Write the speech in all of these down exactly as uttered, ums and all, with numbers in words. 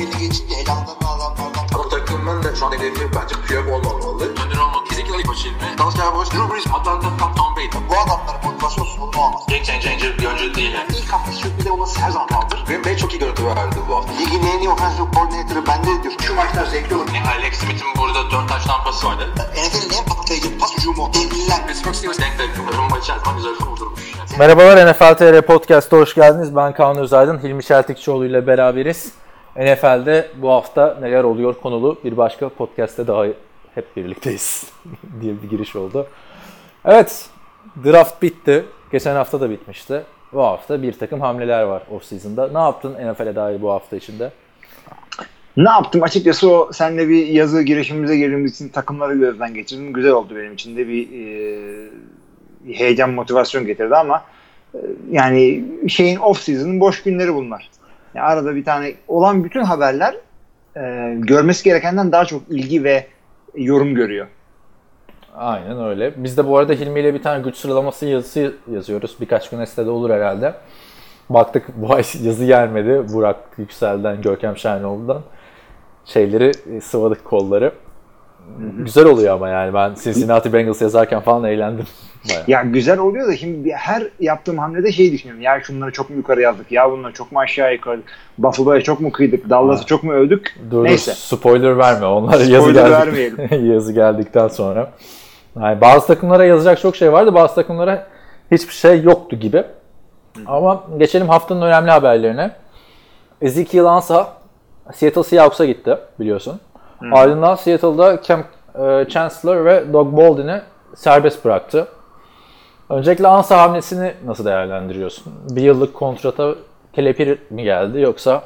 belli geçince elanlarını alanlardan. Ama takımın da şu an hedefi bence Piyok olmamalı. Önder olmak kesinlikle ilk başı ilmi. Dalsya Boş, Drew Brees, Atlanta, Tom Brady. Bu adamların motivasyon sorunu olmaz. Game changer bir oyuncu değil. Yani. İlk hafta sürpriz olması her zaman kaldır. Green Bay çok iyi görüntü verdi bu hafta. Ligin en iyi offensive coordinator'ı bende diyor. Şu maçlar zevkli olur. Yani Alex Smith'in burada dört taş tampası vardı. N F L'in en patlayıcı pas hücumu. Devliler. Pittsburgh Steelers denk denk. Rumba içerisinde güzel kurdurmuş. Merhabalar, N F L T R Podcast'a hoş geldiniz. Ben Kaan Özaydın, Hilmi Çeltikçioğlu ile beraberiz. N F L'de bu hafta neler oluyor konulu bir başka podcast'te daha hep birlikteyiz diye bir giriş oldu. Evet, draft bitti. Geçen hafta da bitmişti. Bu hafta bir takım hamleler var off-season'da. Ne yaptın N F L'e dair bu hafta içinde? Ne yaptım? Açıkçası o seninle bir yazı girişimimize girdiğimiz için takımları gözden geçirdim. Güzel oldu benim için de bir e, heyecan, motivasyon getirdi ama e, yani şeyin off-season'ın boş günleri bunlar. Yani arada bir tane olan bütün haberler e, görmesi gerekenden daha çok ilgi ve yorum görüyor. Aynen öyle. Biz de bu arada Hilmi ile bir tane güç sıralaması yazısı yazıyoruz. Birkaç gün sitede olur herhalde. Baktık bu ay yazı gelmedi. Burak Yüksel'den, Görkem Şahinoğlu'dan. Şeyleri sıvadık, kolları. Hı-hı. Güzel oluyor ama yani ben Cincinnati Bengals yazarken falan eğlendim. Bayağı. Ya güzel oluyor da şimdi her yaptığım hamlede şey düşünüyorum. Ya şunları çok mu yukarı yazdık? Ya bunları çok mu aşağı yukarı? Buffalo'ya çok mu kıydık? Dallas'ı çok mu övdük? Dur, Neyse. Spoiler verme. Onlar Spoiler yazı geldik, vermeyelim. yazı geldikten sonra. Yani bazı takımlara yazacak çok şey vardı. Bazı takımlara hiçbir şey yoktu gibi. Hı. Ama geçelim haftanın önemli haberlerine. Ezekiel Ansah Seattle Seahawks'a gitti biliyorsun. Hı. Ardından Seattle'da Cam e, Chancellor ve Doug Baldwin'i serbest bıraktı. Öncelikle Ansah hamlesini nasıl değerlendiriyorsun? Bir yıllık kontrata kelepir mi geldi yoksa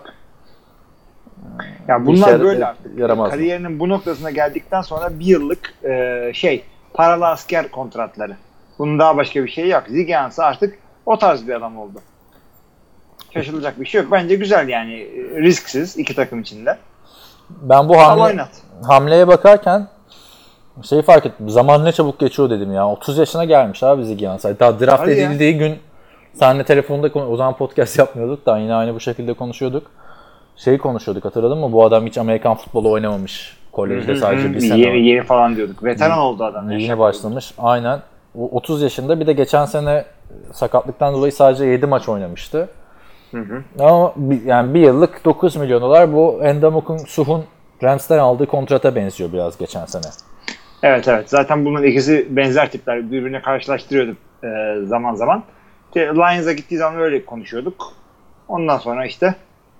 ya bunlar böyle artık. Yaramaz kariyerinin mı? bu noktasına geldikten sonra bir yıllık e, şey paralı asker kontratları. Bunun daha başka bir şey yok. Ziggy Ansah artık o tarz bir adam oldu. Şaşılacak bir şey yok. Bence güzel yani. Risksiz iki takım içinde. Ben bu hamle, hamleye bakarken şeyi fark ettim. Zaman ne çabuk geçiyor dedim ya. otuz yaşına gelmiş abi Ziggy Ansah. Daha draft Hadi edildiği ya. gün seninle telefonda o zaman podcast yapmıyorduk da yine aynı bu şekilde konuşuyorduk. Şeyi konuşuyorduk, hatırladın mı? Bu adam hiç Amerikan futbolu oynamamış. Kolejde hı hı, sadece bir sene. Yeni, yeni falan diyorduk. Veteran oldu adam. Yeni başlamış. Aynen. otuz yaşında. Bir de geçen sene sakatlıktan dolayı sadece yedi maç oynamıştı. Hı hı. Ama yani bir yıllık dokuz milyon dolar bu Ndamukong Suh'un Rams'ten aldığı kontrata benziyor biraz geçen sene. Evet evet. Zaten bunun ikisi benzer tipler. Birbirine karşılaştırıyorduk e, zaman zaman. İşte Lions'a gittiği zaman öyle konuşuyorduk. Ondan sonra işte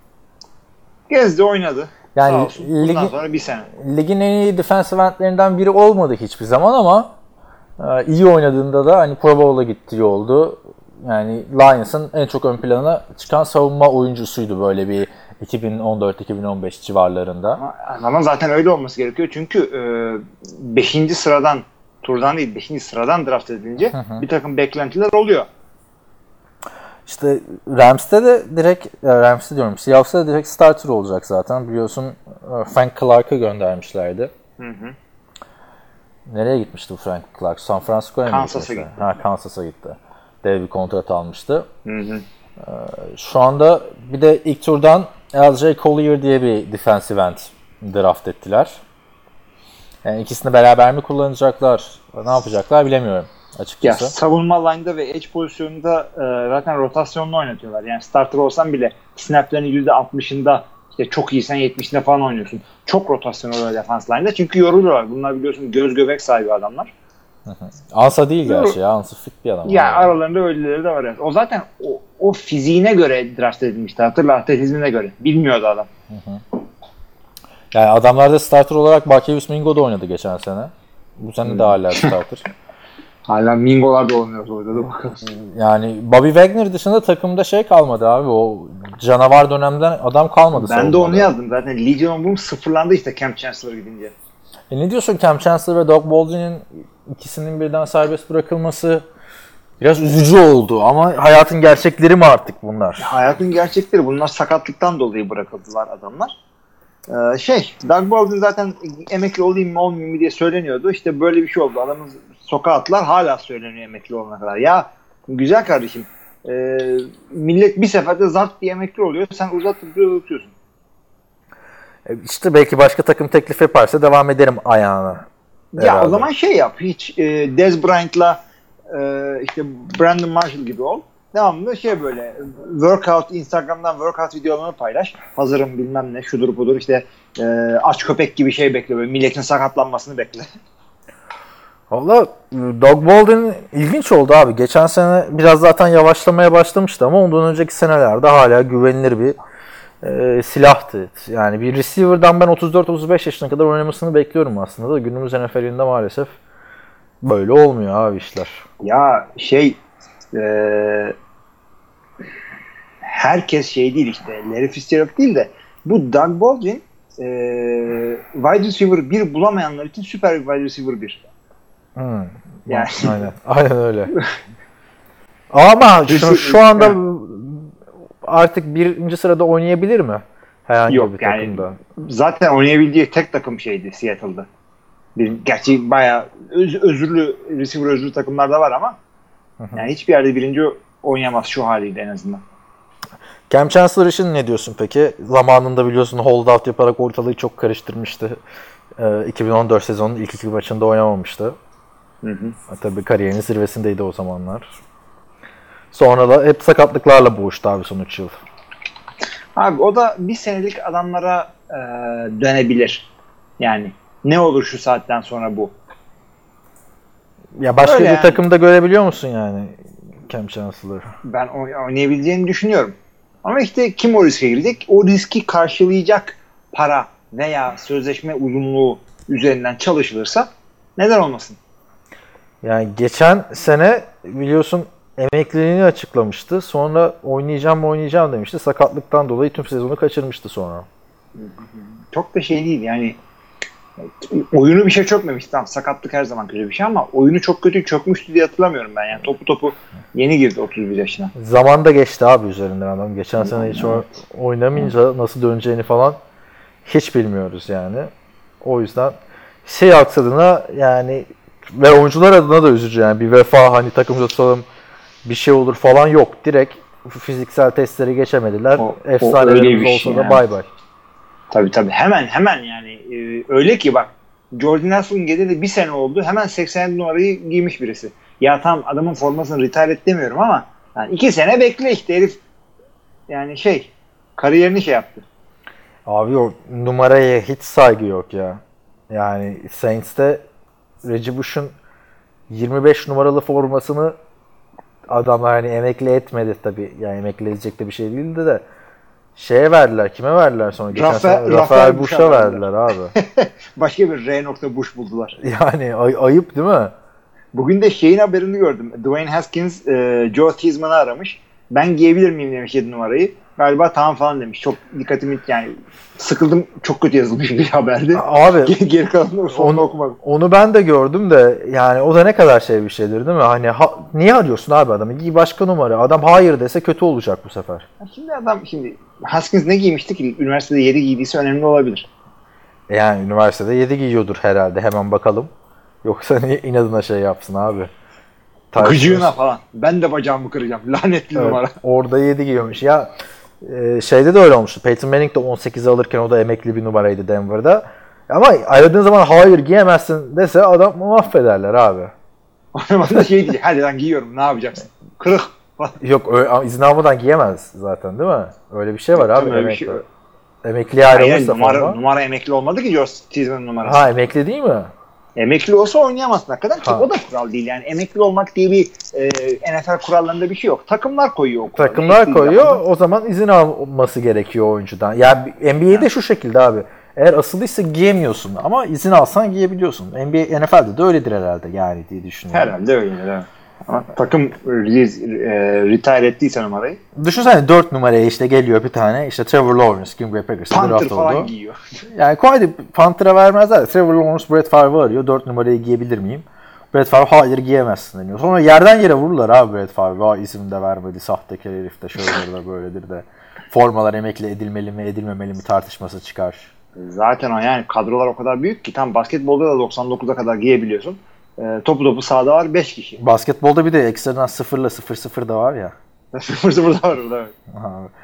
gezdi, oynadı. Yani olsun, bundan ligi, sonra bir sene. Ligin en iyi defensive endlerinden biri olmadı hiçbir zaman ama e, iyi oynadığında da hani Pro Bowl'a gittiği oldu. Yani Lions'ın en çok ön plana çıkan savunma oyuncusuydu böyle bir iki bin on dört iki bin on beş civarlarında. Ama, ama zaten öyle olması gerekiyor. Çünkü beşinci sıradan, turdan değil beşinci sıradan draft edilince hı hı. bir takım beklentiler oluyor. İşte Rams'te de direkt, Rams'te diyorum, Seahawks'ta da direkt starter olacak zaten. Biliyorsun Frank Clark'ı göndermişlerdi. Hı hı. Nereye gitmişti bu Frank Clark? San Francisco'ya mı Kansas'a gitti. Ha, Kansas'a gitti. Dev bir kontrat almıştı. Hı hı. Ee, şu anda bir de ilk turdan L J Collier diye bir defensive end draft ettiler. Yani ikisini beraber mi kullanacaklar, ne yapacaklar bilemiyorum açıkçası. Ya, savunma line'da ve edge pozisyonunda e, zaten rotasyonla oynatıyorlar. Yani starter olsan bile snaplerin yüzde altmışında işte çok iyisen yetmişinde falan oynuyorsun. Çok rotasyon oluyor defense line'da çünkü yoruluyorlar. Bunlar biliyorsun göz göbek sahibi adamlar. Ansa değil gerçi ya. Ansa fit bir adam. Ya yani aralarında öyleleri de var. Yani. O zaten o, o fiziğine göre draft edilmişti. Hatırla, atletizmine göre. Bilmiyordu adam. Hı hı. Yani adamlar da starter olarak Barkevius Mingo'da oynadı geçen sene. Bu sene hmm. de hala starter. Hala Mingo'lar da oynuyor orada bakalım. Yani Bobby Wagner dışında takımda şey kalmadı abi. O canavar dönemden adam kalmadı. Ben de onu yazdım. Zaten Legion Boom sıfırlandı işte Cam Chancellor gidince. E ne diyorsun Cam Chancellor ve Doug Baldwin'in ikisinin birden serbest bırakılması biraz üzücü oldu ama hayatın gerçekleri mi artık bunlar? Ya hayatın gerçekleri. Bunlar sakatlıktan dolayı bırakıldılar adamlar. Ee, şey, Doug Baldwin zaten emekli olayım mı olmayayım mı diye söyleniyordu. İşte böyle bir şey oldu. Adamı sokağa attılar. Hala söyleniyor emekli olana kadar. Ya güzel kardeşim. E, millet bir seferde zart diye emekli oluyor. Sen uzatıp uzatıyorsun. İşte belki başka takım teklif yaparsa devam ederim ayağına. Ya herhalde. o zaman şey yap. Hiç e, Dez Bryant'la e, işte Brandon Marshall gibi ol. Devamlı şey böyle workout, Instagram'dan workout videolarını paylaş. Hazırım bilmem ne şudur budur işte e, aç köpek gibi şey bekle. Böyle milletin sakatlanmasını bekle. Valla Doug Baldwin ilginç oldu abi. Geçen sene biraz zaten yavaşlamaya başlamıştı ama ondan önceki senelerde hala güvenilir bir e, silahtı. Yani bir receiver'dan ben otuz dört otuz beş yaşına kadar oynamasını bekliyorum aslında da günümüz N F L'inde maalesef böyle olmuyor abi işler. Ya şey e, herkes şey değil işte Larry Fitzgerald değil de bu Doug Baldwin e, wide receiver bir bulamayanlar için süper bir wide receiver bir. Hmm. Yani. Aynen. Aynen öyle. Ama şu, şu anda artık birinci sırada oynayabilir mi? Herhangi Yok, bir yani takımda. Zaten oynayabildiği tek takım şeydi Seattle'da. Bir, gerçi bayağı öz, özürlü, receiver özürlü takımlar da var ama yani hiçbir yerde birinci oynayamaz şu haliyle en azından. Cam Chancellor için ne diyorsun peki? Zamanında biliyorsun holdout yaparak ortalığı çok karıştırmıştı. Ee, iki bin on dört sezonunun ilk iki maçında oynamamıştı. Hı hı. Tabii kariyerinin zirvesindeydi o zamanlar. Sonra da hep sakatlıklarla boğuştu abi son üç yıl. Abi o da bir senelik adamlara e, dönebilir. Yani ne olur şu saatten sonra bu. Ya başka Öyle bir yani. takımda görebiliyor musun yani Cam Chancellor'ı? Ben oynayabileceğini düşünüyorum. Ama işte kim o riske girecek? O riski karşılayacak para veya sözleşme uzunluğu üzerinden çalışılırsa neden olmasın? Yani geçen sene biliyorsun emekliliğini açıklamıştı. Sonra oynayacağım mı oynayacağım demişti. Sakatlıktan dolayı tüm sezonu kaçırmıştı sonra. Çok da şey değil yani oyunu bir şey çökmemiş. Tamam sakatlık her zaman kötü bir şey ama oyunu çok kötü çökmüştü diye hatırlamıyorum ben. Yani topu topu yeni girdi otuz bir yaşına. Zaman da geçti abi üzerinden adam. Geçen sene hiç o- oynamayınca nasıl döneceğini falan hiç bilmiyoruz yani. O yüzden Seahawks adına yani ve oyuncular adına da üzücü yani. Bir vefa hani takımda tutalım bir şey olur falan yok. Direkt fiziksel testleri geçemediler. O- o Efsanelerimiz öyle bir olsa şey da yani. bay bay. Tabii tabii hemen hemen yani e, öyle ki bak Jordan Nelson'un geleli bir sene oldu. Hemen seksen numarayı giymiş birisi. Ya tam adamın formasını retire et demiyorum ama yani iki sene bekle işte herif yani şey kariyerini şey yaptı. Abi o numaraya hiç saygı yok ya. Yani Saints'te Reggie Bush'un yirmi beş numaralı formasını adamlar hani emekli etmedi tabii. Yani emekli edecek de bir şey değildi de şeye verdiler. Kime verdiler sonra? Geçen Rafa- sene Rafael Rafael Bush'a Bush'a verdiler. verdiler abi. Başka bir R. Bush buldular. Yani ay- ayıp değil mi? Bugün de şeyin haberini gördüm. Dwayne Haskins e, Joe Theismann'ı aramış. Ben giyebilir miyim demiş yedi numarayı. Galiba tamam falan demiş. Çok dikkatimi yani sıkıldım. Çok kötü yazılmış bir haberdi. Abi Geri kalanını sonunu onu, okumadım. onu ben de gördüm de yani o da ne kadar şey bir şeydir değil mi? Hani ha- niye arıyorsun abi adamı? Giy başka numara. Adam hayır dese kötü olacak bu sefer. Şimdi adam şimdi Haskins ne giymişti ki? Üniversitede yedi giydiyse önemli olabilir. Yani üniversitede yedi giyiyordur herhalde. Hemen bakalım. Yoksa niye inadına şey yapsın abi? Gıcığına falan. Ben de bacağımı kıracağım. Lanetli Evet, numara. orada yedi giyiyormuş. Ya e, şeyde de öyle olmuştu. Peyton Manning de on sekize alırken o da emekli bir numaraydı Denver'da. Ama aradığın zaman hayır giyemezsin dese adam mahvederler abi. O zaman da şey diyecek. Hadi lan giyiyorum. Ne yapacaksın? Kırık. Yok öyle, ama izin almadan giyemez zaten değil mi? Öyle bir şey var abi. Öyle bir Emekli. şey var. Emekliye Hayır, ayrılırsa numara, falan. numara emekli olmadı ki Joe Theismann'ın numarası. Ha emekli değil mi? Emekli olsa oynayamazsın hakikaten ki Ha. o da kural değil yani. Emekli olmak diye bir e, N F L kurallarında bir şey yok. Takımlar koyuyor o kuralı. Takımlar Emekli koyuyor. yapmadan. O zaman izin alması gerekiyor oyuncudan. Yani N B A'de şu şekilde abi. Eğer asılıysa giyemiyorsun ama izin alsan giyebiliyorsun. N B A, N F L'de de öyledir herhalde yani diye düşünüyorum. Herhalde öyle. Evet. Ama takım release, e, retire ettiyse numarayı Düşünsene dört numaraya işte geliyor bir tane. İşte Trevor Lawrence, Green Bay Packers'ta Panther draft falan oldu. giyiyor. Yani koydu Panther'a vermezler. Trevor Lawrence Brett Favre arıyor. dört numarayı giyebilir miyim? Brett Favre hayır giyemezsin deniyor. Sonra yerden yere vururlar abi Brett Favre. Vay isim de vermedi. Sahtekar herif de şöyledir de böyledir de. Formalar emekli edilmeli mi edilmemeli mi tartışması çıkar. Zaten o yani kadrolar o kadar büyük ki tam basketbolda da doksan dokuza kadar giyebiliyorsun. E, topu topu sahada var beş kişi. Basketbolda bir de ekstradan sıfırla sıfır sıfır da var ya. sıfır sıfır da var orada. Evet. Abi.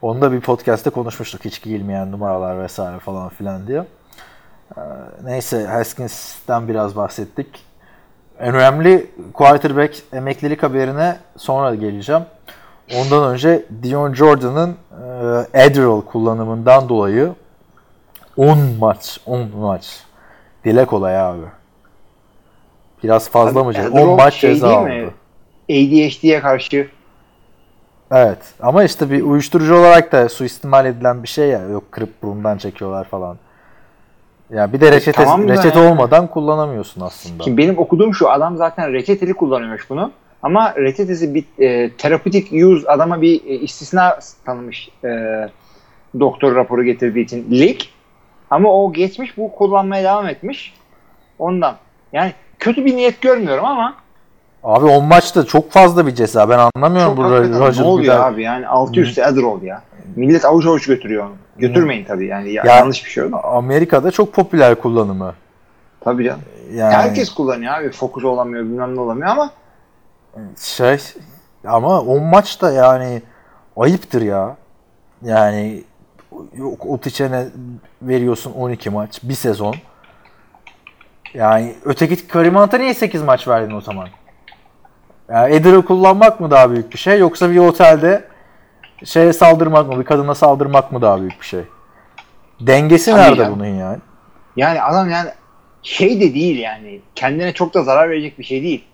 Onu da bir podcast'te konuşmuştuk. Hiç giyilmeyen numaralar vesaire falan filan diye. Neyse, Haskins'ten biraz bahsettik. En önemli quarterback emeklilik haberine sonra geleceğim. Ondan önce Dion Jordan'ın e, Adderall kullanımından dolayı on maç, on maç. Dile kolay abi. Biraz fazla abi, mı ceza? Adderall on maç şey ceza aldı. mi? A D H D'ye karşı. Evet. Ama işte bir uyuşturucu olarak da suistimal edilen bir şey ya. Yok, kırıp burundan çekiyorlar falan. Ya bir de reçete, tamam reçete yani. olmadan kullanamıyorsun aslında. Şimdi benim okuduğum şu, adam zaten reçeteli kullanıyormuş bunu. Ama reçetesi bir e, therapeutic use, adama bir e, istisna tanımış e, doktor raporu getirdiği için lig. Ama o geçmiş, bu kullanmaya devam etmiş. Ondan. Yani kötü bir niyet görmüyorum ama Abi on maçta çok fazla bir ceza. Ben anlamıyorum çok burada. hakikaten ne oluyor abi yani, altı üstü Adderall ya. Millet avuç avuç götürüyor onu. Götürmeyin tabii yani, ya, Ya, yanlış bir şey oldu. Amerika'da çok popüler kullanımı. Tabii canım. Yani Herkes kullanıyor abi. Fokus olamıyor, bilmem ne olamıyor ama şey, ama on maçta yani ayıptır ya. Yani yok, o tiçene veriyorsun on iki maç, bir sezon. Yani öteki Karim Hunt'a niye sekiz maç verdin o zaman? Yani Adderall kullanmak mı daha büyük bir şey, yoksa bir otelde şeye saldırmak mı, bir kadına saldırmak mı daha büyük bir şey? Dengesi Tabii nerede ya. bunun yani? yani adam yani şey de değil yani. Kendine çok da zarar verecek bir şey değil.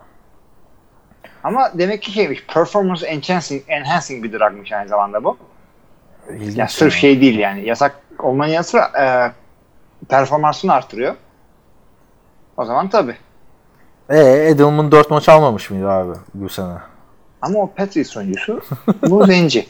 Ama demek ki şeymiş, performance enhancing, enhancing bir drug'mış aynı zamanda bu. İlginç Yani sırf ya. şey değil yani. Yasak olmanın yanı sıra e, performansını artırıyor. O zaman tabii. Eee Edelman dört maç almamış mıydı abi bu sene? Ama o Patriots oyuncusu bu zenci.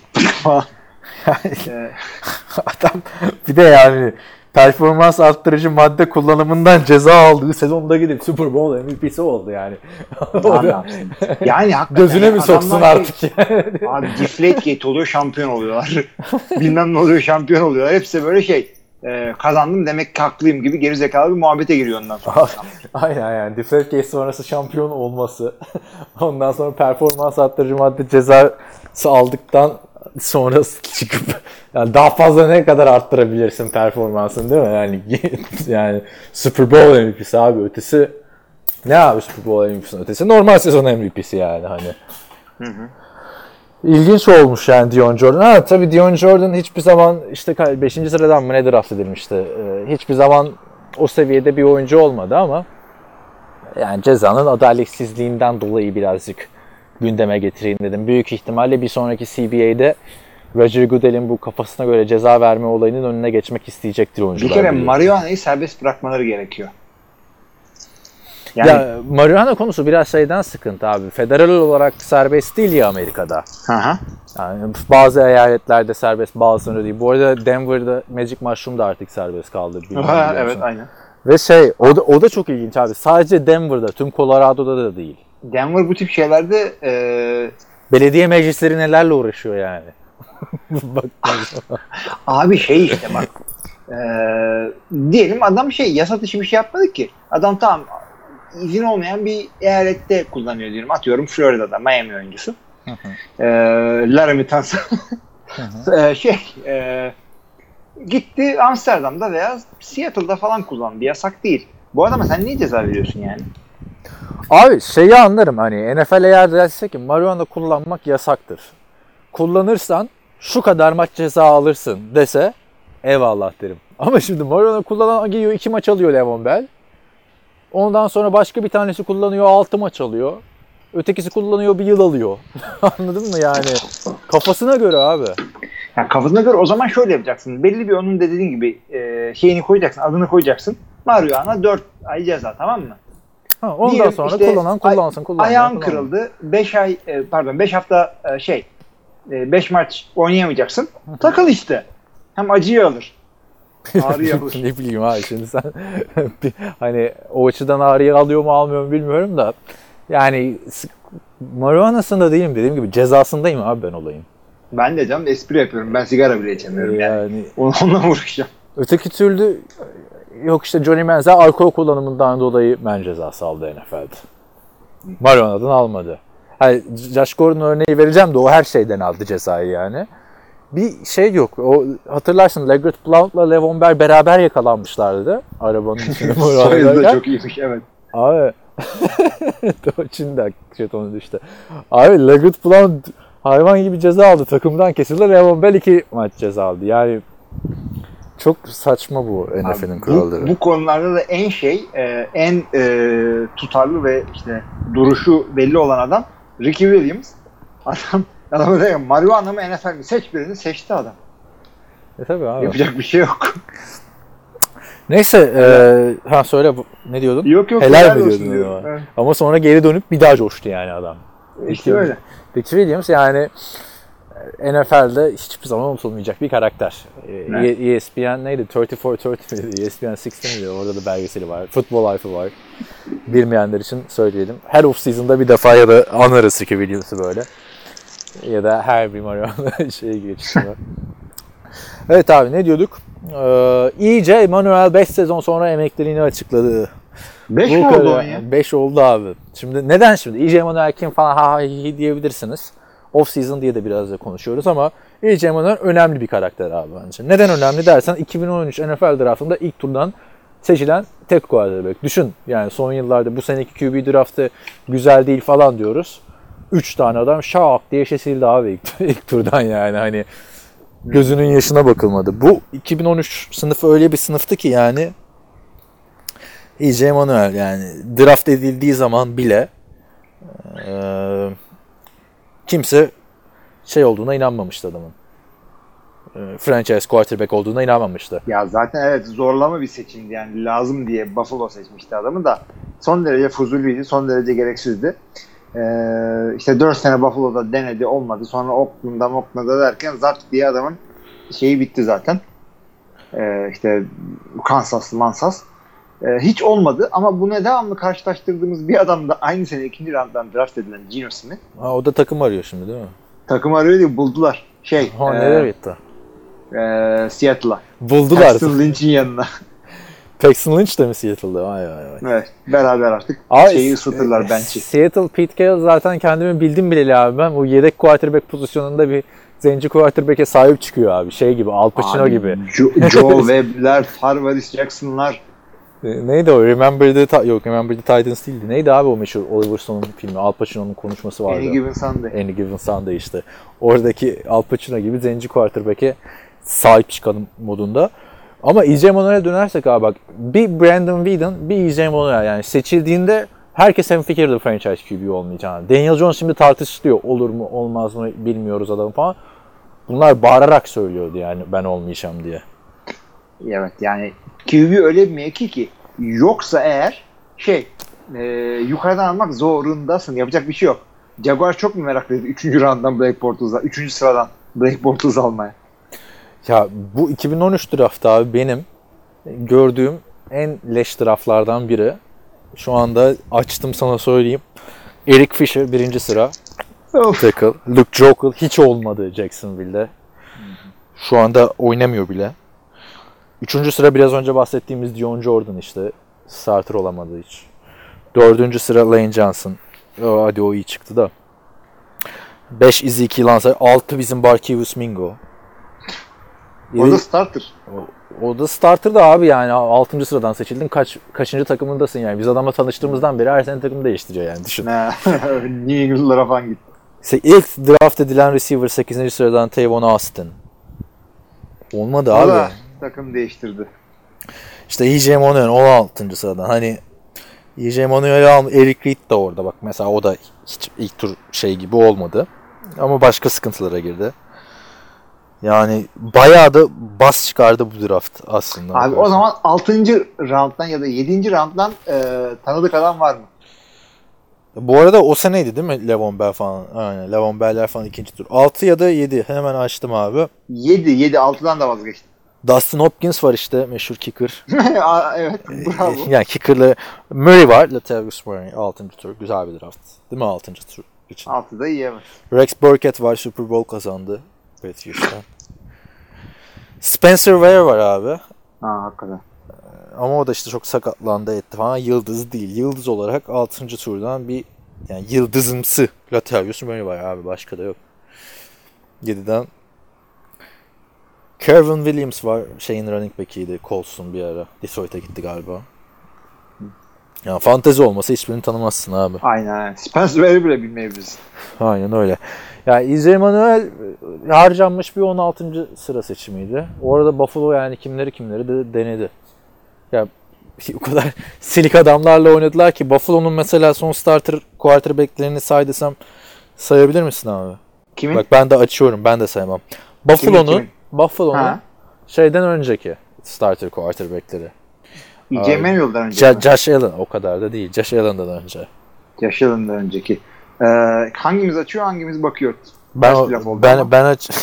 Yani, adam bir de yani performans arttırıcı madde kullanımından ceza aldığı sezonda gidip Super Bowl M V P'si oldu yani. Ne yapsın? Yani hakikaten Gözüne mi soksun adamlar artık şey, yani? abi Deflategate oluyor, şampiyon oluyorlar. Bilmem ne oluyor, şampiyon oluyorlar. Hepsi böyle şey, e, kazandım demek ki haklıyım gibi gerizekalı bir muhabbete giriyor ondan sonra. Aynen yani. Deflategate sonrası şampiyon olması. Ondan sonra performans arttırıcı madde cezası aldıktan sonra çıkıp yani daha fazla ne kadar arttırabilirsin performansını, değil mi? Yani yani Super Bowl M V P'si abi, ötesi ne abi, Super Bowl M V P'sinin ötesi normal sezon M V P'si yani hani. Hı hı. İlginç olmuş yani Dion Jordan. Ha tabii Dion Jordan hiçbir zaman işte beşinci sıradan mı ne draft edilmişti. Ee, hiçbir zaman o seviyede bir oyuncu olmadı ama yani cezanın adaletsizliğinden dolayı birazcık gündeme getireyim dedim. Büyük ihtimalle bir sonraki C B A'de Roger Goodell'in bu kafasına göre ceza verme olayının önüne geçmek isteyecektir oyuncular. Bir kere diye. marihuana'yı serbest bırakmaları gerekiyor. Yani, Ya marihuana konusu biraz şeyden sıkıntı abi. Federal olarak serbest değil ya Amerika'da. hı hı. Yani bazı eyaletlerde serbest, bazılarında değil. Bu arada Denver'da Magic Mushroom da artık serbest kaldı. Ha, evet aynen. Ve şey o da, o da çok ilginç abi. Sadece Denver'da, tüm Colorado'da da değil. Denver bu tip şeylerde e, Belediye meclisleri nelerle uğraşıyor yani. Bak, abi şey işte bak e, diyelim adam şey yasa dışı bir şey yapmadı ki. Adam tamam izin olmayan bir eyalette kullanıyor diyelim. Atıyorum Florida'da Miami oyuncusu. e, Laramie Tunsil e, şey e, gitti Amsterdam'da veya Seattle'da falan kullandı. Yasak değil. Bu adama sen niye ceza veriyorsun yani? Abi şeyi anlarım, hani N F L eğer derse ki marihuana kullanmak yasaktır. Kullanırsan şu kadar maç ceza alırsın dese eyvallah derim. Ama şimdi marihuana kullanan giyiyor, iki maç alıyor Le'Veon Bell. Ondan sonra başka bir tanesi kullanıyor, altı maç alıyor. Ötekisi kullanıyor, bir yıl alıyor. Anladın mı yani? Kafasına göre abi. Yani kafasına göre o zaman şöyle yapacaksın. Belli bir onun da dediğin gibi e, şeyini koyacaksın, adını koyacaksın. Marihuana dört ay ceza, tamam mı? Ha, ondan Diyelim sonra işte kullanan kullansın, kullanan. Ayağın kırıldı. beş ay e, pardon beş hafta e, şey beş maç oynayamayacaksın. Takıl işte. Hem acıyı alır. Ağrıyı alır. Ne bileyim abi, şimdi sen hani o açıdan ağrıyı alıyor mu almıyor mu bilmiyorum da yani marihuanasında değilim, dediğim gibi cezasındayım abi ben olayın. Ben de canım espri yapıyorum. Ben sigara bile içemiyorum yani. yani. Onunla uğraşacağım. Öteki türlü yok işte Johnny Manziel alkol kullanımından dolayı men cezası aldı N F L'de. Marihuana'dan almadı. Yani Josh Gordon örneği vereceğim de o her şeyden aldı cezayı yani. bir şey yok. O hatırlarsın Leggett Blount'la Levon Bell beraber yakalanmışlardı arabanın içinde. Soyadı da çok iyiymiş, evet. Abi Doçin de jetonu düştü. Abi Leggett Blount hayvan gibi ceza aldı. Takımdan kesildi. Levon Bell iki maç ceza aldı. Yani çok saçma bu N F L'in kuralları. Bu, bu konularda da en şey, e, en e, tutarlı ve işte duruşu belli olan adam Ricky Williams. Adam, adam da marihuana mı N F L mi? Seç birini, seçti adam. E tabii abi. Yapacak bir şey yok. Neyse, e, ha söyle ne diyordun? Yok yok. Helal, helal mi olsun diyordun? diyorum. Ama? Evet. Ama sonra geri dönüp bir daha coştu yani adam. İşte öyle. Ricky Williams yani N F L'de hiçbir zaman unutulmayacak bir karakter. Evet. E S P N neydi? otuz dört otuz miydi? E S P N altmış miydi? Orada da belgeseli var. Football Life'ı var. Bilmeyenler için söyleyelim. Her off season'da bir defa ya da anarız Ricky Williams'ı böyle. Ya da her bir marihuana şeye geçişimi. Evet abi, ne diyorduk? Ee, E J Manuel beş sezon sonra emekliliğini açıkladı. beş mi oldu o ya? beş oldu abi. Şimdi neden şimdi? E J Manuel kim falan ha ha hi diyebilirsiniz. Off season diye de biraz da konuşuyoruz ama E J Manuel önemli bir karakter abi bence. Neden önemli dersen iki bin on üç N F L draftında ilk turdan seçilen tek quarterback. Düşün yani son yıllarda bu seneki Q B draftı güzel değil falan diyoruz. üç tane adam şak diye seçildi abi ilk, ilk turdan yani hani gözünün yaşına bakılmadı. Bu iki bin on üç sınıfı öyle bir sınıftı ki yani E J Manuel yani draft edildiği zaman bile e, kimse şey olduğuna inanmamıştı adamın. E, franchise quarterback olduğuna inanmamıştı. Ya zaten evet, zorlama bir seçimdi yani, lazım diye Buffalo seçmişti adamı da son derece fuzuliydi, son derece gereksizdi. Ee, işte dört sene Buffalo'da denedi, olmadı. Sonra Oakland'da Oakland'da derken zart diye adamın şeyi bitti zaten. Ee, işte Kansas'lı Mansas. Ee, hiç olmadı ama buna devamlı karşılaştırdığımız bir adam da aynı sene ikinci round'dan draft edilen Geno Smith. Ha, o da takım arıyor şimdi değil mi? Takım arıyor diye buldular. Şey. Ha, e, nereye gitti? E, Seattle'a. Buldular. Paxton Lynch'in yanına. Paxton Lynch de mi Seattle'da? Vay vay vay. Evet. Beraber artık abi, şeyi ısıtırlar bench'i. Seattle Pete Carroll zaten kendimi bildim bileli abi ben. Bu yedek quarterback pozisyonunda bir zenci quarterback'e sahip çıkıyor abi. Şey gibi, Al Pacino abi, gibi. Jo- Joe Webb'ler, Tarvaris Jackson'lar. Neydi o? Remember the Yok, Remember the Titans değildi. Neydi abi o meşhur Oliver Stone'un filmi? Al Pacino'nun konuşması vardı. Any Given Sunday. Any Given Sunday işte. Oradaki Al Pacino gibi zenci quarterback'e sahip çıkalım modunda. Ama E J Manuel'e dönersek abi bak, bir Brandon Whedon, bir E J Manuel yani seçildiğinde herkes hemfikirdi franchise Q B olmayacağını. Daniel Jones şimdi tartışılıyor. Olur mu olmaz mı bilmiyoruz adam falan. Bunlar bağırarak söylüyordu yani ben olmayacağım diye. Evet yani Q B öyle bir mevki ki yoksa eğer şey e, yukarıdan almak zorundasın. Yapacak bir şey yok. Jaguar çok mu meraklıydı üçüncü round'dan Blake Bortles'a, üçüncü sıradan Blake Bortles almaya? Ya bu iki bin on üç draft abi benim gördüğüm en leş draftlardan biri. Şu anda açtım sana söyleyeyim. Eric Fisher birinci sıra. Of. Tackle. Luke Joeckel hiç olmadı Jacksonville'de. Şu anda oynamıyor bile. Üçüncü sıra biraz önce bahsettiğimiz Dion Jordan işte. Starter olamadı hiç. Dördüncü sıra Lane Johnson. O, hadi o iyi çıktı da. Beş Ezekiel Ansah. Altı bizim Barkevius Mingo. O da starter. O, o da starter da abi yani altıncı sıradan seçildin. Kaç kaçıncı takımındasın yani. Biz adamla tanıştığımızdan beri her sene takım değiştiriyor yani düşün. New England'lara falan gitti. İlk draft edilen receiver sekizinci sıradan Tavon Austin. Olmadı o abi. Da takım değiştirdi. İşte E J Manuel on altıncı sıradan. Hani E J Manuel'i al, Eric Reid de orada bak. Mesela o da hiç ilk tur şey gibi olmadı. Ama başka sıkıntılara girdi. Yani bayağı da bas çıkardı bu draft aslında. Abi bakarsan. O zaman altıncı round'dan ya da yedinci round'dan e, tanıdık adam var mı? Bu arada o seneydi değil mi Levon Bell falan? Aynen, Levon Bell'ler falan ikinci tur. altı ya da yedi. Hemen açtım abi. yedi. yedi. altıdan da vazgeçtim. Dustin Hopkins var işte meşhur kicker. Evet, bravo. Yani kicker'lı Murray var. Latavius Murray altıncı tur. Güzel bir draft. Değil mi altıncı tur için? altıda iyi evet. Rex Burkhead var. Super Bowl kazandı. Patriots'tan. Spencer Ware var abi. Ha, hakikaten. Ama o da işte çok sakatlandı etti falan. Yıldız değil. Yıldız olarak altıncı turdan bir yani yıldızımsı Latavius Murray var abi. Başka da yok. yediden Kervin Williams var. Şeyin running back'iydi. Colts'un bir ara. Detroit'e gitti galiba. Ya fantezi olmasa hiçbirini tanımazsın abi. Aynen. Spencer Ware'ı bile bilmeyebilirsin. Aynen öyle. Ya E J Manuel harcanmış bir on altıncı sıra seçimiydi. Orada Buffalo yani kimleri kimleri de denedi. Ya o kadar silik adamlarla oynadılar ki Buffalo'nun mesela son starter quarterback'lerini saydıysam sayabilir misin abi? Kimin? Bak ben de açıyorum. Ben de saymam. Buffalo'nun kimin? Buffalo'nun Ha. şeyden önceki starter quarterback'leri. E J Manuel'dan önce. Ja- mi? Josh Allen o kadar da değil. Josh Allen'dan önce. Josh Allen'dan önceki. Ee, hangimiz açıyor, hangimiz bakıyor? Ben Ters bir laf oldu ben ama. ben aç.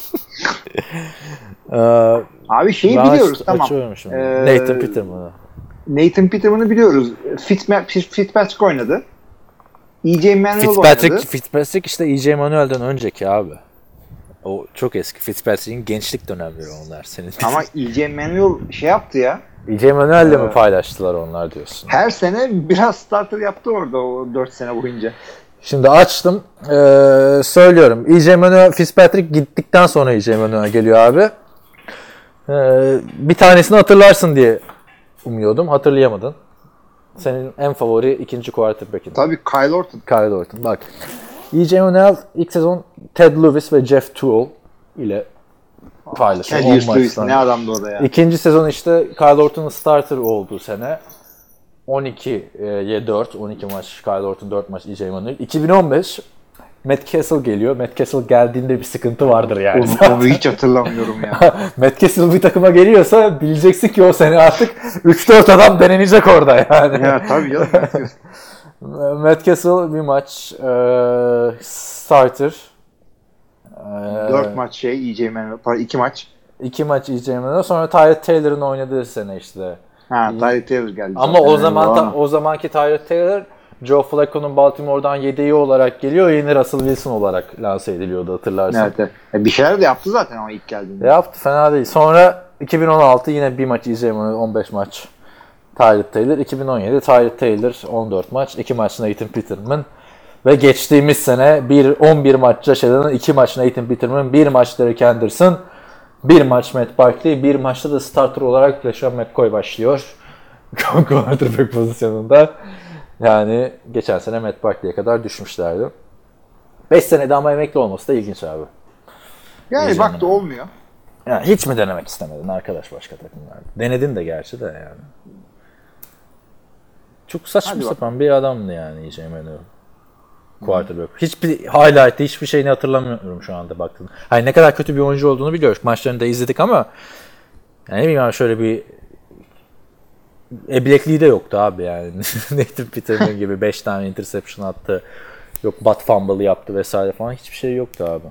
Ee, Abi şeyi ben biliyoruz aç- tamam. açıyorum şimdi. Ee, Nathan Peterman'ı. Nathan Peterman'ı biliyoruz. Fitzma- Fitzpatrick oynadı. E J Manuel Fitzpatrick, oynadı. Fitzpatrick işte E J Manuel'den önceki abi. O çok eski. Fitzpatrick'in gençlik dönemleri onlar senin. Ama E J Manuel şey yaptı ya. E J Manuel'le mi Evet. paylaştılar onlar diyorsun? Her sene biraz starter yaptı orada o dört sene boyunca. Şimdi açtım. Ee, söylüyorum. E J Manuel, Fitzpatrick gittikten sonra E J Manuel geliyor abi. Ee, bir tanesini hatırlarsın diye umuyordum. Hatırlayamadın. Senin en favori ikinci quarterback'in. Tabii Kyle Orton. Kyle Orton. Bak. E J Manuel ilk sezon Ted Lewis ve Jeff Tuel ile paylaşıyor. Kelly on Lewis maçtan. ne adamdı o da ya. İkinci sezon işte Kyle Orton'un starter olduğu sene. on ikiye dört, on iki maç Kyle Orton, dört maç E J Manuel. iki bin on beş Matt Cassel geliyor. Matt Cassel geldiğinde bir sıkıntı vardır yani. Onu, onu hiç hatırlamıyorum ya. Matt Cassel bir takıma geliyorsa bileceksin ki o sene artık üç dört adam denenecek orada yani. ya tabii canım. Matt Cassel bir maç e, starter. E, dört maç şey E J Manuel. Pardon iki maç. iki maç E J Manuel. Sonra Tyrod Taylor'ın oynadığı sene işte. Ha Tyrod Taylor geldi. Ama zaten. o zaman Yani, ta, o zamanki Tyrod Taylor Joe Flacco'nun Baltimore'dan yedeği olarak geliyor. Yeni Russell Wilson olarak lanse ediliyordu hatırlarsın. Evet, evet. E, bir şeyler de yaptı zaten ama ilk geldiğinde. Yaptı fena değil. Sonra iki bin on altı yine bir maç izleyemedi. on beş maç Tyrod Taylor. iki bin on yedi Tyrod Taylor on dört maç. iki maç Nathan Peterman. Ve geçtiğimiz sene bir on bir maç Josh Allen, iki maç Nathan Peterman, bir maç Derek Henderson, bir maç Matt Barkley, bir maçta da starter olarak LeSean McCoy başlıyor. Quarterback pozisyonunda. Yani geçen sene Matt Barkley'e kadar düşmüşlerdi. beş senede ama emekli olması da ilginç abi. Yani İyi bak canım. da olmuyor. Yani hiç mi denemek istemedin arkadaş başka takımlarda? Denedin de gerçi de yani. Çok saçma Hadi sapan bir adamdı yani E J Manuel. Quarterback. Hiçbir highlight'te hiçbir şeyini hatırlamıyorum şu anda baktım. Hani ne kadar kötü bir oyuncu olduğunu biliyoruz. Maçlarını da izledik ama yani ne bileyim yani şöyle bir ebilekliği de yoktu abi yani. Nathan Peterman gibi beş tane interception attı. Yok butt fumble yaptı vesaire falan. Hiçbir şey yoktu abi.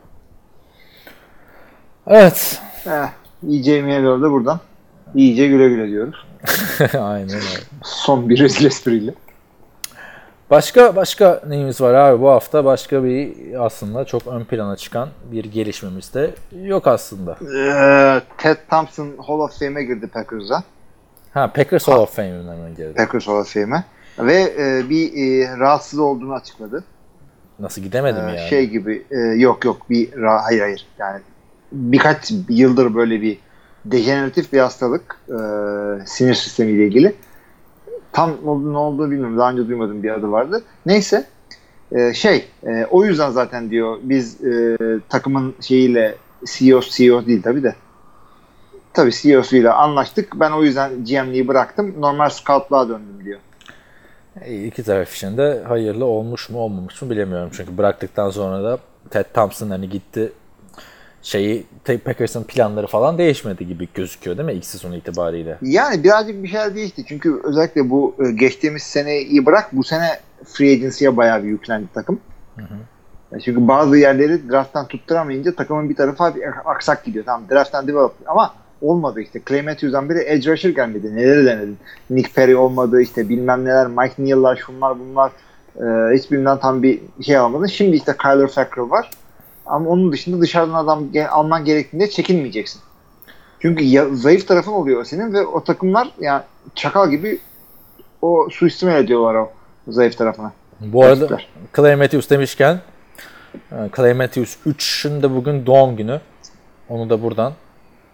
Evet. Eh, E J Manuel'e de buradan iyice güle güle diyoruz. Aynen öyle. Son bir rezil espriyle. Başka başka neyimiz var abi bu hafta? Başka bir aslında çok ön plana çıkan bir gelişmemiz de yok aslında. Ee, Ted Thompson Hall of Fame'e girdi Packers'a. Ha Packers Hall of Fame'den mi girdi? Packers Hall of Fame'e. Ve e, bir e, rahatsız olduğunu açıkladı. Nasıl gidemedim Ee, yani? Şey gibi e, yok yok bir ra- hayır hayır yani birkaç yıldır böyle bir dejeneratif bir hastalık e, sinir sistemiyle ilgili. Tam ne olduğunu bilmiyorum. Daha önce duymadığım bir adı vardı. Neyse e, şey e, o yüzden zaten diyor biz e, takımın şeyiyle C E O C E O değil tabii de tabii C E O'suyla anlaştık. Ben o yüzden G M'liği bıraktım. Normal scoutluğa döndüm diyor. İki taraf için de hayırlı olmuş mu olmamış mı bilemiyorum. Çünkü bıraktıktan sonra da Ted Thompson hani gitti şeyi Packers'ın planları falan değişmedi gibi gözüküyor değil mi ilk sezon itibariyle? Yani birazcık bir şeyler değişti. Çünkü özellikle bu geçtiğimiz seneyi bırak bu sene free agency'ye bayağı bir yüklendi takım. Hı hı. Çünkü bazı yerleri draft'tan tutturamayınca takımın bir tarafı aksak gidiyor. Tamam draft'tan develop ama olmadı işte. Clay Matthews'dan biri edge rusher gelmedi. Neleri denedin? Nick Perry olmadı işte bilmem neler. Mike Neal'lar şunlar bunlar. Ee, hiçbirinden tam bir şey alamadın. Şimdi işte Kyler Fackrell var. Ama onun dışında dışarıdan adam alman gerektiğinde çekinmeyeceksin. Çünkü ya, zayıf tarafın oluyor senin ve o takımlar yani çakal gibi o suistimal ediyorlar o zayıf tarafına. Bu arada Rakipler. Clay Matthews demişken Clay Matthews üçün de bugün doğum günü. Onu da buradan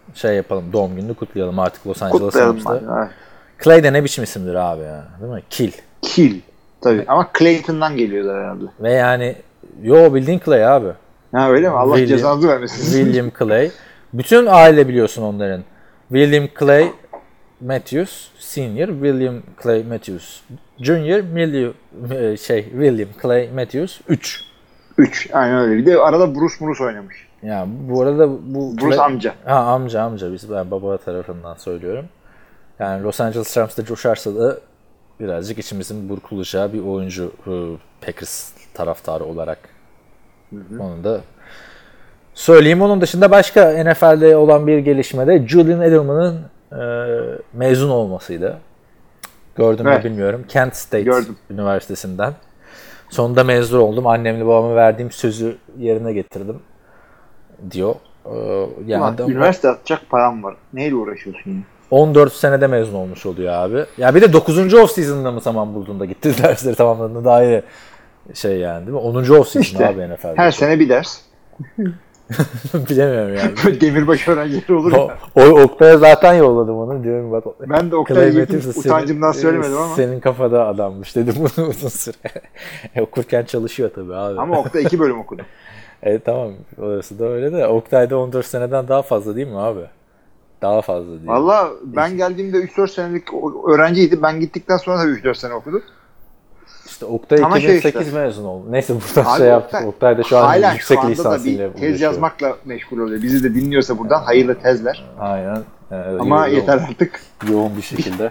şey yapalım. Doğum gününü kutlayalım artık Los Angeles Kutlayalım Rams'ta. abi. Clay de ne biçim isimdir abi ya. Değil mi? Kill. Kill. Tabii ama Clayton'dan geliyorlar herhalde. Ve yani yo bildiğin Clay abi. Ha öyle mi? Allah William, cezanızı vermesin. William Clay. Bütün aile biliyorsun onların. William Clay Matthews Senior, William Clay Matthews Junior, Milli, şey William Clay Matthews üç. üç. Aynen öyle. Bir de arada Bruce Bruce oynamış. Ya bu arada bu Bruce Clay, amca. Ha amca amca biz ben baba tarafından söylüyorum. Yani Los Angeles Rams'ta coşarsa da birazcık içimizin burkulacağı bir oyuncu Packers taraftarı olarak. Hı hı. Onu da söyleyeyim. Onun dışında başka N F L'de olan bir gelişme de Julian Edelman'ın e, mezun olmasıydı. Gördüm mü evet. bilmiyorum. Kent State Gördüm. Üniversitesi'nden. Sonunda mezun oldum. Annemle babama verdiğim sözü yerine getirdim diyor. Ee, yani Ulan, üniversite atacak param var. Neyle uğraşıyorsun yine? on dört senede mezun olmuş oluyor abi. Ya bir de dokuzuncu off season'da mı zaman bulduğunda gitti dersleri tamamladığında daha iyi şey yani değil mi? onuncu off season işte, abi N F L'de. Her sene bir ders. Bilemiyorum yani. Demirbaş öğrencileri olur ya. O, o Oktay'a zaten yolladım onu. Diyorum bak. Ben de Oktay'a yakın utancımdan söylemedim ama. Senin kafada adammış dedim bunu uzun süre. Okurken çalışıyor tabii abi. Ama Oktay iki bölüm okudu. Evet tamam. Orası da öyle de. Oktay'da on dört seneden daha fazla değil mi abi? Daha fazla değil. Valla ben geldiğimde üç dört senelik öğrenciydi. Ben gittikten sonra da üç dört sene okudu. İşte Oktay iki bin sekiz şey işte. Mezun oldu. Neyse buradan abi şey yaptık. Oktay, Oktay da şu an hala yüksek şu lisansıyla tez yazmakla meşgul oluyor. Bizi de dinliyorsa buradan hayırlı tezler. Aynen. Evet, ama yoğun, yeter artık. Yoğun bir şekilde.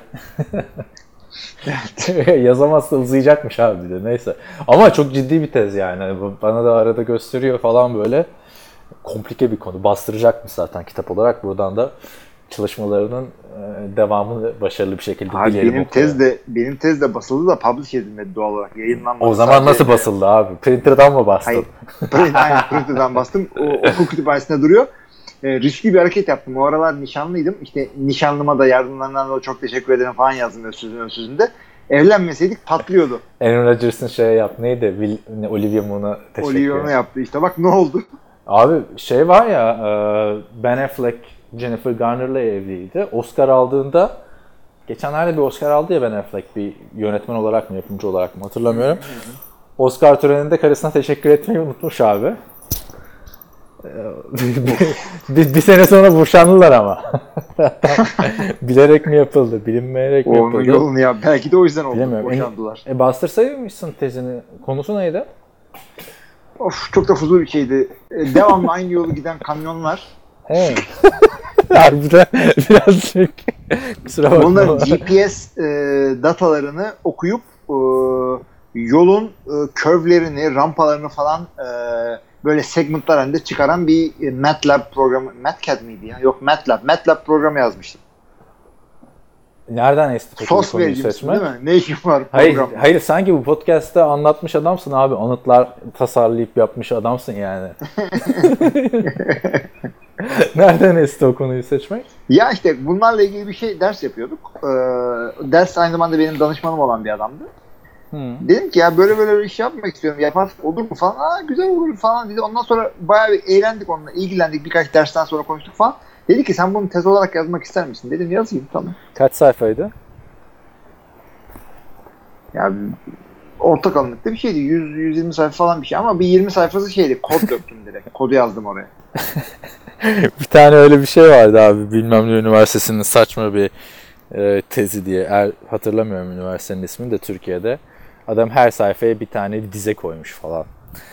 Yazamazsa uzayacakmış abi de neyse. Ama çok ciddi bir tez yani. Bana da arada gösteriyor falan böyle. Komplike bir konu. Bastıracakmış zaten kitap olarak. Buradan da çalışmalarının devamını başarılı bir şekilde abi dileyelim. Benim tez de benim tez de basıldı da publish edilmedi doğal olarak. Yayınlanmadı. O zaman nasıl basıldı abi? Printer'dan mı bastın? Hayır. Aynen printer'dan bastım. O okul kütüphanesinde duruyor. E, riskli bir hareket yaptım. O aralar nişanlıydım. İşte nişanlıma da yardımlarından da çok teşekkür ederim falan yazdım ön sözün ön sözünde. Evlenmeseydik patlıyordu. Aaron Rodgers'ın şey yap neydi? Will, Olivia Munn'a teşekkür ederim. Olivia Munn'a yaptı. İşte bak ne oldu? Abi şey var ya Ben Affleck Jennifer Garner'la evliydi. Oscar aldığında geçenlerde bir Oscar aldı ya Ben Affleck bir yönetmen olarak mı yapımcı olarak mı hatırlamıyorum. Hı hı. Oscar töreninde karısına teşekkür etmeyi unutmuş abi. bir, bir sene sonra boşandılar ama. Bilerek mi yapıldı, bilinmeyerek mi yapıldı? Onun yolunu ya. Belki de o yüzden oldu. Boşandılar. E, bastırsaymışsın tezini. Konusu neydi? Of çok da fuzul bir şeydi. E, devamlı aynı yolu giden kamyonlar. He. Harbiden birazcık. Kusura bakma. Onların G P S e, datalarını okuyup e, yolun e, curve'lerini, rampalarını falan e, böyle segmentlar halinde çıkaran bir e, MATLAB programı. MATCAD miydi ya? Yok MATLAB. MATLAB programı yazmıştım. Nereden esti peki sos vericimsin değil mi? Ne işin var hayır, hayır sanki bu podcast'ta anlatmış adamsın abi. Anıtlar tasarlayıp yapmış adamsın yani. Nereden esti o konuyu seçmek? Ya işte bunlarla ilgili bir şey ders yapıyorduk. Ee, ders aynı zamanda benim danışmanım olan bir adamdı. Hmm. Dedim ki ya böyle böyle bir iş yapmak istiyorum. Yaparsak olur mu falan. Aa güzel olur falan dedi. Ondan sonra bayağı bir eğlendik onunla. İlgilendik. Birkaç dersten sonra konuştuk falan. Dedi ki sen bunu tez olarak yazmak ister misin? Dedim yazayım tamam. Kaç sayfaydı? Ya orta kalınlıkta bir şeydi. yüz yüz yirmi sayfa falan bir şey ama bir yirmi sayfası şeydi. Kod döktüm direkt. Kodu yazdım oraya. Bir tane öyle bir şey vardı abi. Bilmem ne üniversitesinin saçma bir e, tezi diye. Er, hatırlamıyorum üniversitenin ismini de Türkiye'de. Adam her sayfaya bir tane bir dize koymuş falan.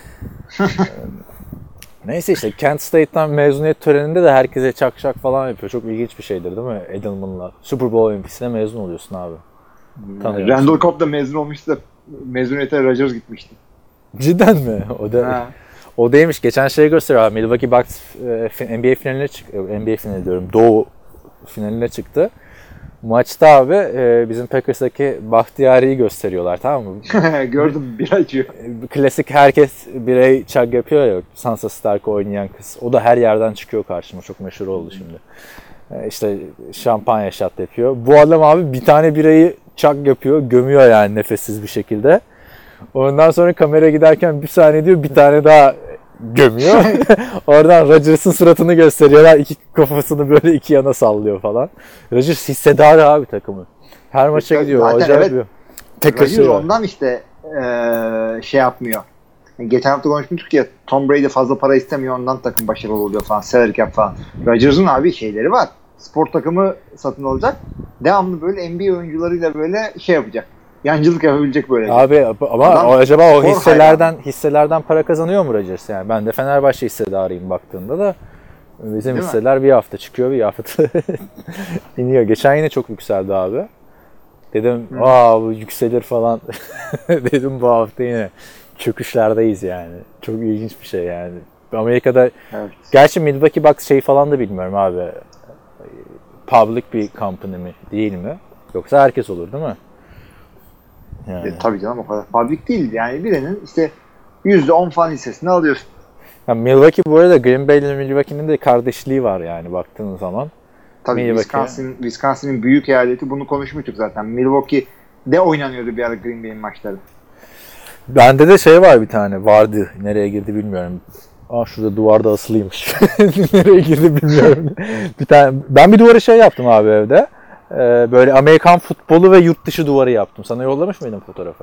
Neyse işte Kent State'den mezuniyet töreninde de herkese çak çak falan yapıyor. Çok ilginç bir şeydir değil mi? Edelman'la. Super Bowl M V P'sine mezun oluyorsun abi. Hmm. Randall Cobb da mezun olmuştu da mezuniyete Rodgers gitmişti. Cidden mi? O da ha. O değilmiş. Geçen şey gösteriyor abi. Milwaukee Bucks N B A finaline çıktı. N B A finali diyorum. Doğu finaline çıktı. Maçta abi bizim Packers'daki Bahtiyari'yi gösteriyorlar tamam mı? Gördüm bir açıyor. Klasik herkes birey çag yapıyor ya. Sansa Stark oynayan kız. O da her yerden çıkıyor karşıma. Çok meşhur oldu şimdi. İşte şampanya şat yapıyor. Bu adam abi bir tane birayı çak yapıyor. Gömüyor yani nefessiz bir şekilde. Ondan sonra kamera giderken bir saniye diyor bir tane daha gömüyor. Oradan Rodgers'ın suratını gösteriyorlar. İki kafasını böyle iki yana sallıyor falan. Rodgers hissedar abi takımı. Her maça gidiyor. Zaten Acayip evet. bir tek Rodgers ondan işte ee, şey yapmıyor. Geçen hafta konuşmuştuk ya, Tom Brady fazla para istemiyor, ondan takım başarılı oluyor falan. Salary cap falan. Rodgers'ın abi şeyleri var. Spor takımı satın alacak. Devamlı böyle N B A oyuncularıyla böyle şey yapacak. Yancılık yapabilecek böyle. Abi ama Adam acaba o spor hisselerden hayranı. hisselerden para kazanıyor mu Rodgers yani? Ben de Fenerbahçe hissedarıyım baktığımda da bizim Değil hisseler mi? Bir hafta çıkıyor, bir hafta iniyor. Geçen yine çok yükseldi abi. Dedim Hı. aa bu yükselir falan. Dedim bu hafta yine çöküşlerdeyiz yani. Çok ilginç bir şey yani. Amerika'da Evet. gerçi Milwaukee Bucks şey falan da bilmiyorum abi. Public bir company mi değil mi? Yoksa herkes olur değil mi? Yani. E, tabii canım, o kadar public değil. Yani birinin işte yüzde on falan hissesini alıyorsun. Yani Milwaukee bu arada Green Bay ile Milwaukee'nin de kardeşliği var yani baktığın zaman. Tabii Milwaukee. Wisconsin, Wisconsin'in büyük eyaleti, bunu konuşmuştuk zaten. Milwaukee'de oynanıyordu bir ara Green Bay'in maçları. Bende de şey var bir tane vardı. Nereye girdi bilmiyorum. Aa şurada duvarda asılıymış. Nereye girdi bilmiyorum. bir tane ben bir duvara şey yaptım abi evde. Ee, böyle Amerikan futbolu ve yurt dışı duvarı yaptım. Sana yollamış mıydım fotoğrafı?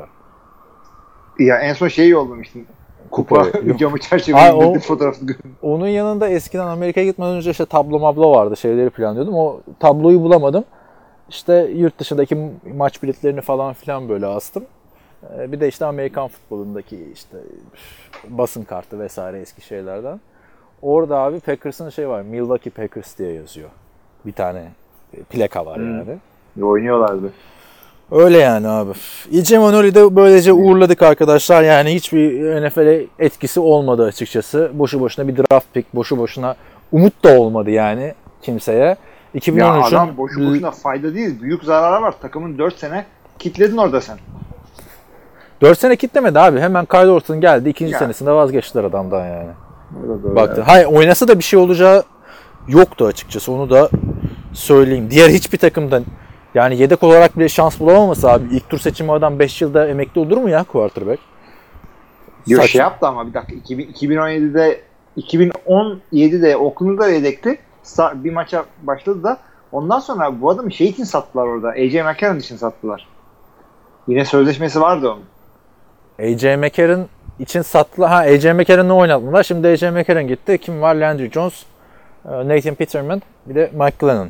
Ya en son şeyi yollamıştın. Kupa Kupayı. camı Aa, çerçeveyi o- indirdi fotoğrafını. Onun yanında eskiden Amerika'ya gitmeden önce işte tablo mablo vardı. Şeyleri planlıyordum. O tabloyu bulamadım. İşte yurt dışındaki maç biletlerini falan filan böyle astım. Ee, Bir de işte Amerikan futbolundaki işte basın kartı vesaire eski şeylerden. Orada abi Packers'ın şey var. Milwaukee Packers diye yazıyor. Bir tane plaka var Hmm. yani. Oynuyorlardı. Öyle yani abi. İlce Manoli'de böylece uğurladık arkadaşlar. Yani hiçbir N F L'e etkisi olmadı açıkçası. Boşu boşuna bir draft pick, boşu boşuna umut da olmadı yani kimseye. iki bin on Ya üçün adam boşu boşuna fayda değil. Büyük zarara var. Takımın dört sene kitledin orada sen. dört sene kitlemedi abi. Hemen Kyle Orton geldi. ikinci Ya. senesinde vazgeçtiler adamdan yani. Böyle Baktı. Hayır oynasa da bir şey olacağı yoktu açıkçası. Onu da söyleyeyim. Diğer hiçbir takımdan yani yedek olarak bile şans bulamaması abi. İlk tur seçimi adam beş yılda emekli olur mu ya quarterback? Yok Saçma. şey yaptı ama bir dakika iki bin, iki bin on yedide iki bin on yedide Oakland'da yedekti. Sa- Bir maça başladı da ondan sonra bu adamı şey için sattılar orada. A J McCarron için sattılar. Yine sözleşmesi vardı onun. A J McCarron için sattılar. Ha A J McCarron'ı oynattılar. Şimdi A J McCarron gitti. Kim var? Landry Jones, Nathan Peterman, bir de Mike Glennon.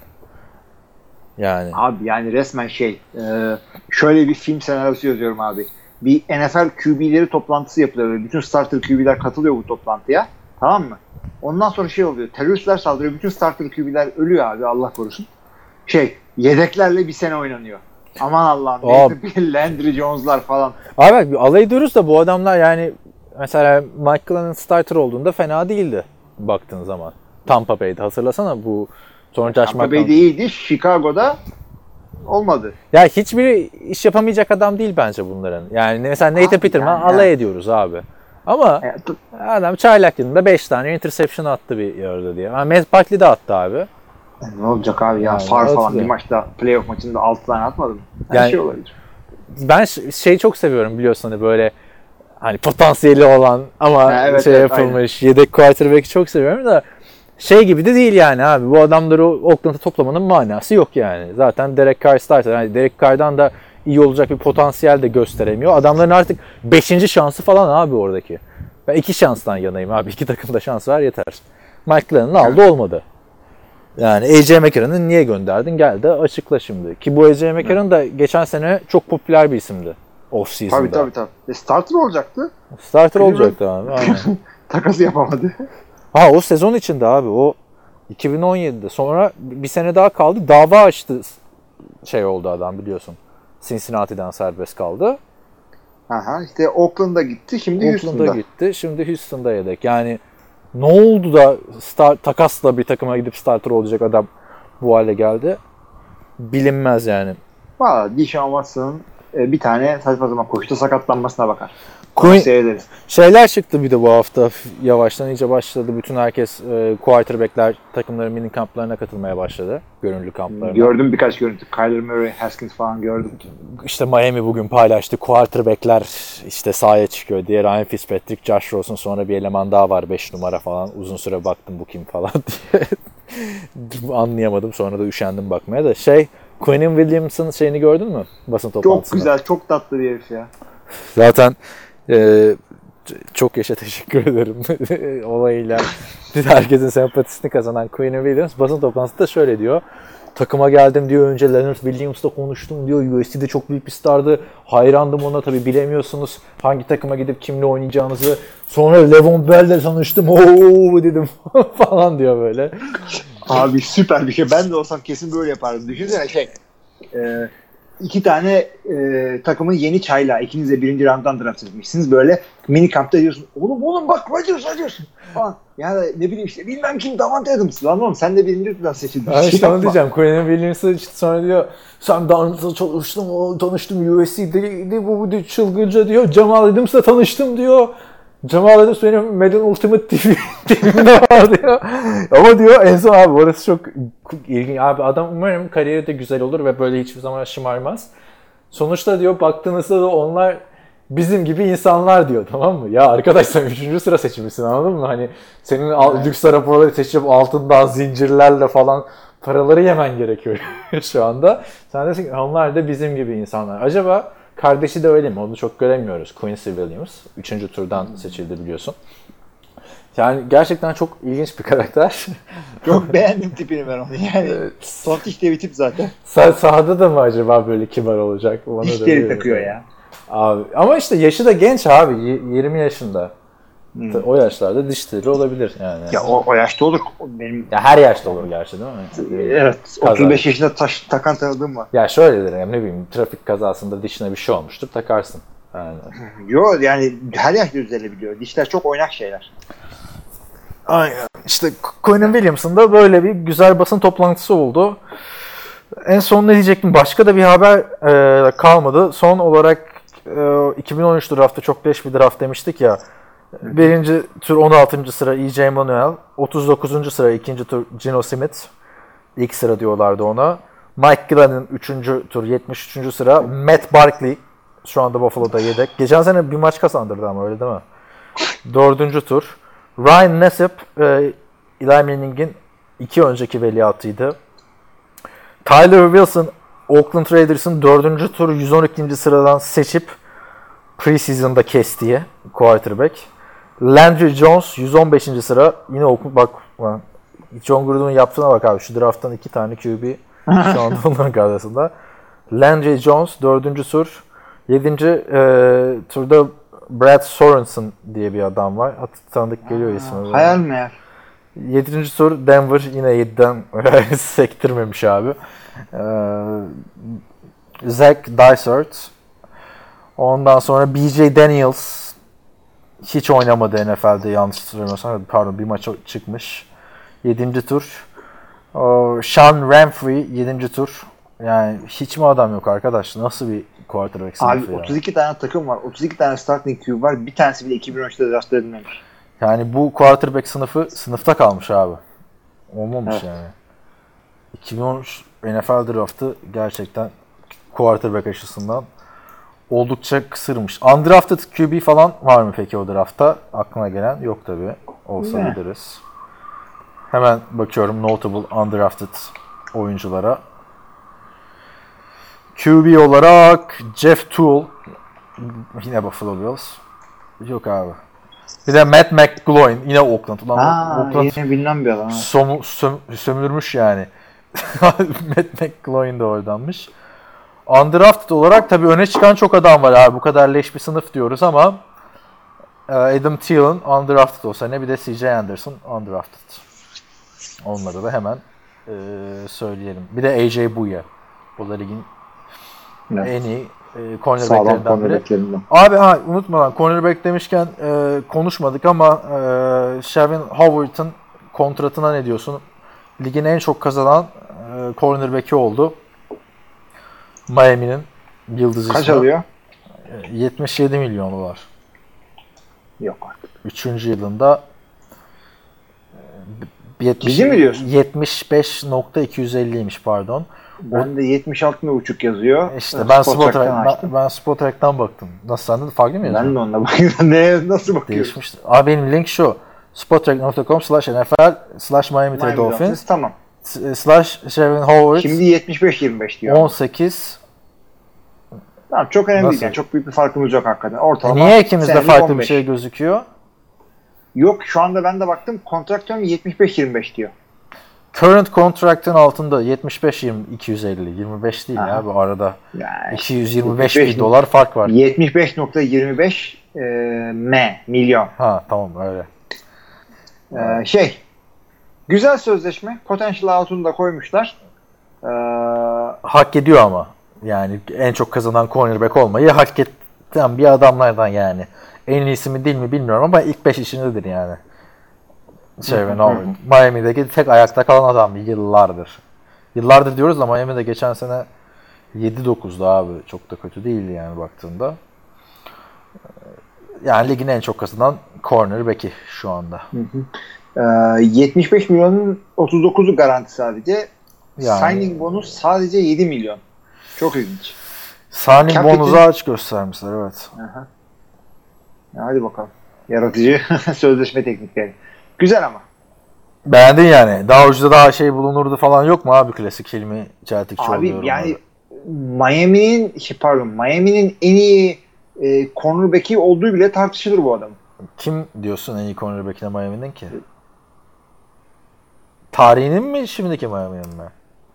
Yani. Abi yani resmen şey e, şöyle bir film senaryosu yazıyorum abi. Bir N F L Q B'leri toplantısı yapılıyor. Bütün starter Q B'ler katılıyor bu toplantıya. Tamam mı? Ondan sonra şey oluyor. Teröristler saldırıyor. Bütün starter Q B'ler ölüyor abi, Allah korusun. Şey yedeklerle bir sene oynanıyor. Aman Allah'ım. Abi. Neyse, Landry Jones'lar falan. Abi bak alay ediyoruz da bu adamlar yani mesela Mike Glennon starter olduğunda fena değildi baktığın zaman. Tampa Bay'de hatırlasana bu sonra Josh Tampa McCown. Bay'de iyiydi. Chicago'da olmadı. Ya hiçbiri iş yapamayacak adam değil bence bunların. Yani mesela Nathan Abi Peterman yani, alay evet. ediyoruz abi. Ama E, t- adam çaylak yılında beş tane interception attı bir yerde diye. Ama Matt Barkley de attı abi. ne olacak abi ya? Yani, Far falan atıyor. bir maçta playoff maçında altı tane atmadı mı? Her Yani- şey olabilir. Ben ş- şeyi çok seviyorum biliyorsun hani böyle hani potansiyeli olan ama Ha, evet, şey evet, yapılmış yedek quarterback'i çok seviyorum da şey gibi de değil yani abi. Bu adamları Oakland'a toplamanın manası yok yani. Zaten Derek Carr starter. Yani Derek Carr'dan da iyi olacak bir potansiyel de gösteremiyor. Adamların artık beşinci şansı falan abi oradaki. Ben iki şanstan yanayım abi. İki takımda şans ver yeter. Mike Glennon'un aldı olmadı. Yani A J McCarron'ı niye gönderdin? Gel de açıkla şimdi. Ki bu A J McCarron da geçen sene çok popüler bir isimdi. Off-season'da. Tabii tabii tabii. E, starter olacaktı. Starter Cleveland- olacaktı abi. Aynen. Takası yapamadı. Ha o sezon içinde abi o iki bin on yedide sonra bir sene daha kaldı. Dava açtı şey oldu adam biliyorsun. Cincinnati'den serbest kaldı. Aha, işte Oakland'a gitti. Şimdi Oakland'a Houston'da. gitti. Şimdi Houston'da yedek. Yani ne oldu da star, takasla bir takıma gidip starter olacak adam bu hale geldi? Bilinmez yani. Valla Deshaun Watson'ın e, bir tane saçma sapan koşuda sakatlanmasına bakar. Queen, seyrederiz. şeyler çıktı bir de bu hafta yavaştan iyice başladı. Bütün herkes e, quarterback'ler takımların mini kamplarına katılmaya başladı. Gönüllü kamplarına. Gördüm birkaç görüntü. Kyler Murray, Haskins falan gördüm. İşte Miami bugün paylaştı. Quarterback'ler işte sahaya çıkıyor diye. Ryan Fitzpatrick, Josh Rosen, sonra bir eleman daha var beş numara falan. Uzun süre baktım bu kim falan diye. Anlayamadım. Sonra da üşendim bakmaya da. Şey, Quinnen Williams'ın şeyini gördün mü? Basın toplantısını. Çok güzel, çok tatlı bir herif ya. Zaten Ee, çok yaşa teşekkür ederim olayıyla herkesin sempatisini kazanan Quinnen Williams basın toplantısında şöyle diyor. Takıma geldim diyor, önce Leonard Williams'la konuştum diyor. U S C'de çok büyük bir stardı. Hayrandım ona, tabii bilemiyorsunuz hangi takıma gidip kimle oynayacağınızı. Sonra Le'Veon Bell'le tanıştım. Ooo dedim falan diyor böyle. Abi süper bir şey. Ben de olsam kesin böyle yapardım. Düşünsene şey. E, iki tane e, takımın yeni çayla. İkiniz de birinci round'dan draft etmişsiniz. Böyle mini kampta diyorsun. Oğlum oğlum bak Rodgers Rodgers falan. Ya da ne bileyim işte bilmem kim Davante Adams. Lan oğlum sen de birinci round'dan seçildin. Ay işte onu diyeceğim. Quinnen Williams'ı işte sonra diyor. Sen Darnold'la çalıştım, o tanıştım U S C'de bu, bu çılgınca diyor. Jamal Adams'la tanıştım diyor. Jamal Adams benim Madden Ultimate Team'imde var diyor. Ama diyor en son abi orası çok ilginç. Abi adam umarım kariyeri de güzel olur ve böyle hiçbir zaman şımarmaz. Sonuçta diyor baktığınızda da onlar bizim gibi insanlar diyor, tamam mı? Ya arkadaş sen üçüncü sıra seçmişsin, anladın mı? Hani senin evet. Lüks arabaları seçip altından zincirlerle falan paraları yemen gerekiyor şu anda. Sen desin ki onlar da bizim gibi insanlar. Acaba kardeşi de öyle mi? Onu çok göremiyoruz. Quincy Williams. Üçüncü turdan seçildi biliyorsun. Yani gerçekten çok ilginç bir karakter. Çok beğendim tipini ben onu. Yani tontiş diye bir tip zaten. Sen sahada da mı acaba böyle kibar olacak? Dişleri takıyor ya. Abi, ama işte yaşı da genç abi. yirmi yaşında. Hmm. O yaşlarda dişleri olabilir yani. Ya o, o yaşta olur. Benim ya her yaşta olur gerçi değil mi? Evet. Kaza. otuz beş yaşında taş, takan tanıdığım var. Ya şöyledir yani, ne bileyim trafik kazasında dişine bir şey olmuştur, takarsın. Yani. Yok yani her yaşta düzelebiliyor. Dişler çok oynak şeyler. Aynen. İşte Quinnen Williams'ın da böyle bir güzel basın toplantısı oldu. En son ne diyecektim? Başka da bir haber e, kalmadı. Son olarak e, iki bin on üç draftı çok leş bir draft demiştik ya. Birinci tur on altıncı sıra E J Manuel, otuz dokuzuncu sıra ikinci tur Geno Smith, ilk sıra diyorlardı ona. Mike Glennon üçüncü tur yetmiş üçüncü sıra, Matt Barkley şu anda Buffalo'da yedek. Geçen sene bir maç kazandırdı ama öyle değil mi? dördüncü tur. Ryan Nassib, e, Eli Manning'in iki önceki veliahtıydı. Tyler Wilson, Oakland Raiders'ın dördüncü tur yüz on ikinci sıradan seçip preseason'da kestiği quarterback. Landry Jones yüz on beşinci sıra. Yine Oakland, bak John Gruden'un yaptığına bak abi. Şu drafttan iki tane Q B şu anda onların karşısında. Landry Jones dördüncü tur. yedinci E, turda Brad Sorensen diye bir adam var. Tanıdık geliyor ismi. Hayal mi ya? yedinci tur Denver yine yediden sektirmemiş abi. Ee, Zach Dysart. Ondan sonra B J Daniels hiç oynamadı N F L'de yanlış hatırlamıyorsam. Pardon bir maça çıkmış. yedinci tur. O, Sean Ramfrey yedinci tur. Yani hiç mi adam yok arkadaş? Nasıl bir quarterback sınıfı abi, ya? otuz iki tane takım var. otuz iki tane starting Q B var. Bir tanesi bile iki bin on üçte draft edilmemiş. Yani bu quarterback sınıfı sınıfta kalmış abi. Olmamış evet. Yani. iki bin on üç N F L draftı gerçekten quarterback açısından oldukça kısırmış. Undrafted Q B falan var mı peki o draftta? Aklına gelen yok tabii. Olsa ne? Biliriz. Hemen bakıyorum notable undrafted oyunculara. Q B olarak Jeff Tuel yine Buffalo Bills. Yok abi. Bir de Matt McGloin yine Oakland. Ulan ha, Oakland yine bilinen bir adam. Som, söm, sömürmüş yani. Matt McGloin de oradanmış. Undrafted olarak tabii öne çıkan çok adam var abi. Bu kadar leş bir sınıf diyoruz ama Adam Thielen undrafted olsa ne, bir de C J Anderson undrafted. Onları da hemen e, söyleyelim. Bir de A J Bouye. Bu da ligin evet. en iyi e, cornerbacklerinden biri. Abi ha, unutmadan cornerback demişken e, konuşmadık ama e, Shavin Howard'ın kontratına ne diyorsun? Ligin en çok kazanan e, cornerback'i oldu. Miami'nin. Yıldız Kaç ismi. alıyor? yetmiş yedi milyon dolar. Yok artık. Üçüncü yılında yetmiş, Ciddi mi diyorsun? yetmiş beş nokta iki yüz elliymiş pardon. Ben de yetmiş altı buçuk yazıyor. İşte ben Spotrack'tan Spotrack'tan açtım. ben Spotrack'tan baktım. Nasıl sandın? Farklı mı yazıyor? Ben de onunla bakıyorum. Ne, nasıl bakıyorsun? Değişmişti. Abi benim link şu. spotrack nokta com slash N F L slash Miami Miami Dolphins Dolphins, tamam. slash Sherwin Howard Şimdi yetmiş beş yirmi beş diyor. on sekiz. Tamam, çok önemli değil. Nasıl? Yani çok büyük bir farkımız yok hakikaten. E Ortalama niye ikimizde senelik farklı on bir beş. şey gözüküyor? Yok, şu anda ben de baktım. Kontrakt term yetmiş beş yirmi beş diyor. Current contract'ın altında yetmiş beş yirmi iki yüz elli yirmi beş değil Aha. ya bu arada. Yani iki yüz yirmi beş yetmiş beş bin dolar fark var. yetmiş beş nokta yirmi beş e, M milyon. Ha tamam öyle. E, şey güzel sözleşme. Potential out'unu da koymuşlar. E, Hak ediyor ama. Yani en çok kazanan cornerback olmayı hak eden bir adamlardan yani. En iyisi mi değil mi bilmiyorum ama ilk beş içindedir yani. Sherwin Howard. Miami'deki tek ayakta kalan adam yıllardır. Yıllardır diyoruz da Miami'de geçen sene yedi dokuzdu abi. Çok da kötü değildi yani baktığında. Yani ligin en çok kazanan cornerback'i şu anda. e, yetmiş beş milyonun otuz dokuzu garanti sadece. Yani- Signing bonus sadece yedi milyon. Çok ilginç. Signing Cap bonusu için- aç göstermişler evet. Aha. Ya hadi bakalım. Yaratıcı sözleşme teknikleri. Güzel ama. Beğendin yani. Daha ucuda daha şey bulunurdu falan yok mu abi klasik Hilmi Çeltikçioğlu Abi yorumları? yani Miami'nin şey pardon Miami'nin en iyi e, cornerback'i olduğu bile tartışılır bu adam. Kim diyorsun en iyi cornerback'ine Miami'nin ki? Tarihinin mi şimdiki Miami'nin mi?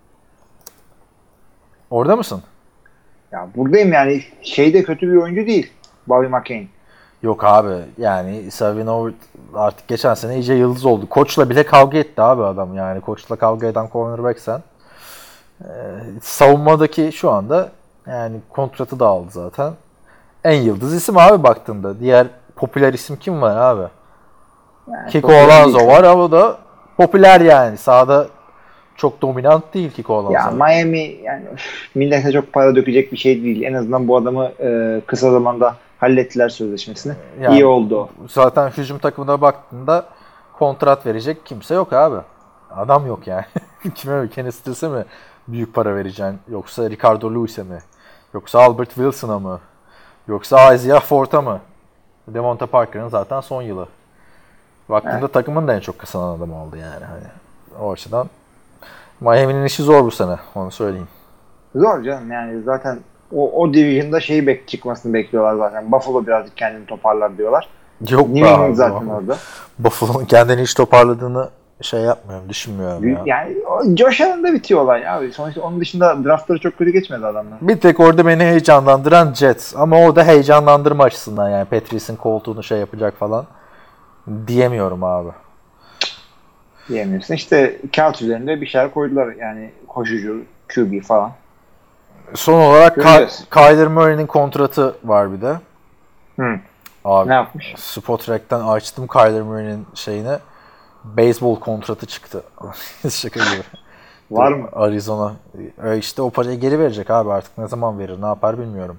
Orada mısın? Ya buradayım yani şeyde kötü bir oyuncu değil. Bobby McCain. Yok abi yani Sherwin Howard artık geçen sene iyice yıldız oldu. Koçla bile kavga etti abi adam yani. Koçla kavga eden cornerback sen. Ee, savunmadaki şu anda yani kontratı da aldı zaten. En yıldız isim abi baktığında. Diğer popüler isim kim var abi? Yani Kiko çok Alonso iyi. var ama o da popüler yani. Sahada çok dominant değil Kiko Alonso. Ya Miami yani üf, millete çok para dökecek bir şey değil. En azından bu adamı e, kısa zamanda hallettiler sözleşmesini. Yani İyi oldu o. Zaten hücum takımına baktığında kontrat verecek kimse yok abi. Adam yok yani. Kime mi? Kenny Stills'e mi büyük para vereceksin? Yoksa Ricardo Lewis'e mi? Yoksa Albert Wilson'a mı? Yoksa Isaiah Ford'a mı? Devonta Parker'ın zaten son yılı. Baktığında Evet. takımın da en çok kazanan adam oldu yani. Hani o açıdan Miami'nin işi zor bu sene. Onu söyleyeyim. Zor canım yani zaten o, o division'da şeyi bek çıkmasını bekliyorlar zaten. Buffalo birazcık kendini toparlar diyorlar. Yok New be England abi. zaten orada. Buffalo'nun kendini hiç toparladığını şey yapmıyorum, düşünmüyorum ya. Yani o Josh Allen'da bitiyor olay abi. Sonuçta onun dışında draftları çok kötü geçmedi adamlar. Bir tek orada beni heyecanlandıran Jets. Ama o da heyecanlandırma açısından yani. Patrice'in koltuğunu şey yapacak falan diyemiyorum abi. Diyemiyorsun. İşte kağıt üzerinde bir şeyler koydular. Yani koşucu, Q B falan. Son olarak Ky- Göreceğiz. Kyler Murray'nin kontratı var bir de. Hı. Abi Ne yapmış? Spotrack'ten açtım Kyler Murray'nin şeyini. Beyzbol kontratı çıktı. Şaka gibi. Var mı? Arizona. E işte o parayı geri verecek abi artık. Ne zaman verir, ne yapar bilmiyorum.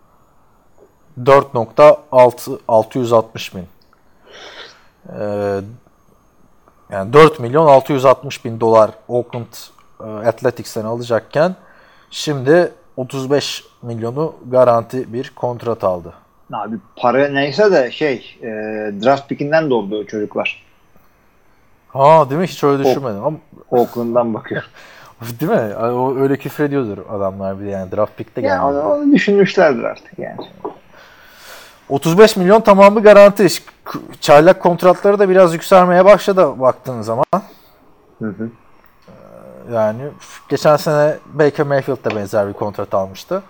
dört nokta altı yüz altmış bin. Ee, yani dört milyon altı yüz altmış bin dolar Oakland e, Athletics'ten alacakken şimdi otuz beş milyonu garanti bir kontrat aldı. Abi para neyse de şey e, draft pickinden doldu o çocuklar. Ha değil mi? Hiç öyle düşünmedim. Ama, Oakland'dan bakıyor. değil mi? O öyle küfür ediyordur adamlar bir de yani draft pick'te Yani geldi. onu, onu düşünmüşlerdir artık yani. otuz beş milyon tamamı garanti. Çaylak kontratları da biraz yükselmeye başladı baktığın zaman. Hı hı. Yani geçen sene Baker Mayfield da benzer bir kontrat almıştı.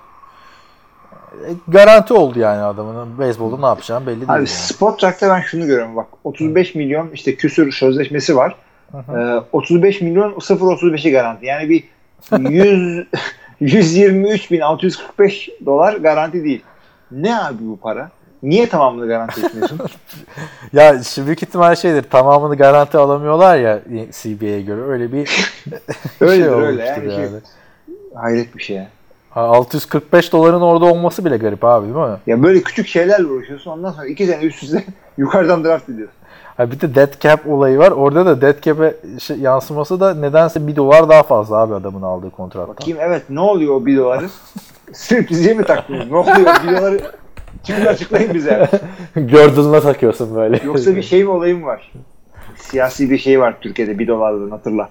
E, garanti oldu yani adamın. Beyzbolda ne yapacağım belli değil. Abi Yani. Spotrack'ta ben şunu görüyorum bak. otuz beş milyon işte küsür sözleşmesi var. Ee, otuz beş milyon sıfır virgül otuz beşi garanti. Yani bir yüz yüz yirmi üç bin altı yüz kırk beş dolar garanti değil. Ne abi bu para? Niye tamamını garanti etmiyorsun? Ya işte büyük ihtimal şeydir. Tamamını garanti alamıyorlar ya C B A'ye göre. Öyle bir Öyledir şey öyle olmuştur yani. yani. Şey, hayret bir şey ya. altı yüz kırk beş doların orada olması bile garip abi, değil mi? Ya böyle küçük şeylerle uğraşıyorsun. Ondan sonra iki sene üst üste yukarıdan draft ediyorsun. Ha bir de dead cap olayı var. Orada da dead cap'e şey, yansıması da nedense bir dolar daha fazla abi adamın aldığı kontrattan. Bakayım evet ne oluyor o bir doları? Sırf diziye mi taktınız? Ne oluyor bir doları? Çıkın açıklayın bize. Gördüğünde takıyorsun böyle. Yoksa bir şey mi olayı mı var? Siyasi bir şey var Türkiye'de bir dolardan hatırla.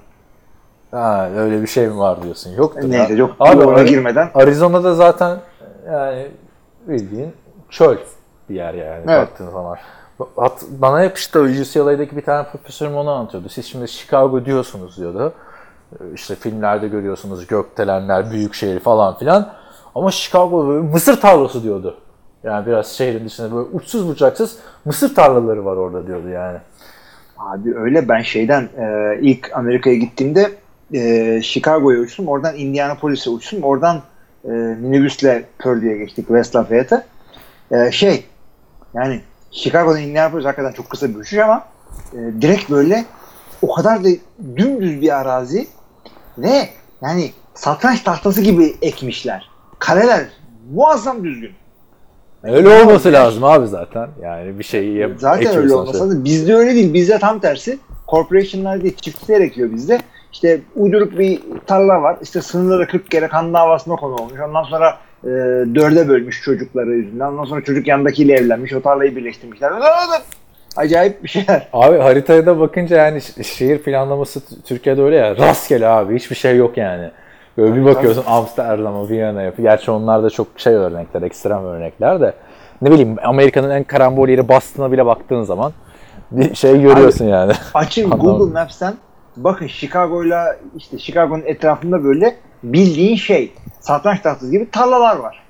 Ha öyle bir şey mi var diyorsun? Yoktur Neyse ya. yok Abi ona Ari- girmeden. Arizona'da zaten yani bildiğin çöl bir yer yani Evet. baktığın zaman. Hat, bana hep işte U C L A'daki bir tane profesörüm onu anlatıyordu. Siz şimdi Chicago diyorsunuz diyordu. İşte filmlerde görüyorsunuz gökdelenler, büyük şehir falan filan. Ama Chicago böyle mısır tarlası diyordu. Yani biraz şehrin dışında böyle uçsuz bucaksız mısır tarlaları var orada diyordu yani. Abi öyle ben şeyden e, ilk Amerika'ya gittiğimde e, Chicago'ya uçtum. Oradan Indianapolis'e uçtum. Oradan e, minibüsle Purdue'ye geçtik West Lafayette'e. E, şey yani Chicago'dan Indianapolis hakikaten çok kısa bir uçuş ama e, direkt böyle o kadar da dümdüz bir arazi ve yani satranç tahtası gibi ekmişler. Kareler muazzam düzgün. Öyle olması lazım abi zaten. Yani bir şeyi yap- Zaten öyle olmasa da bizde öyle değil. Bizde tam tersi. Corporation'lar değil çiftlikler ekiyor bizde. İşte uyduruk bir tarla var. İşte sınırları kırk kere kan davasına konu olmuş. Ondan sonra e, dörde bölmüş çocukları yüzünden. Ondan sonra çocuk yandakiyle evlenmiş. O tarlayı birleştirmişler. Acayip bir şeyler. Abi haritaya da bakınca yani şe- şehir planlaması t- Türkiye'de öyle ya. Rastgele abi. Hiçbir şey yok yani. Böyle bir bakıyorsun Amsterdam'a, Viyana'ya. Gerçi onlar da çok şey örnekler, ekstrem örnekler de. Ne bileyim Amerika'nın en karambol yeri Boston'a bile baktığın zaman bir şey görüyorsun abi, yani. Açın Google Maps'ten bakın Chicago'yla işte Chicago'nun etrafında böyle bildiğin şey satranç tahtası gibi tarlalar var.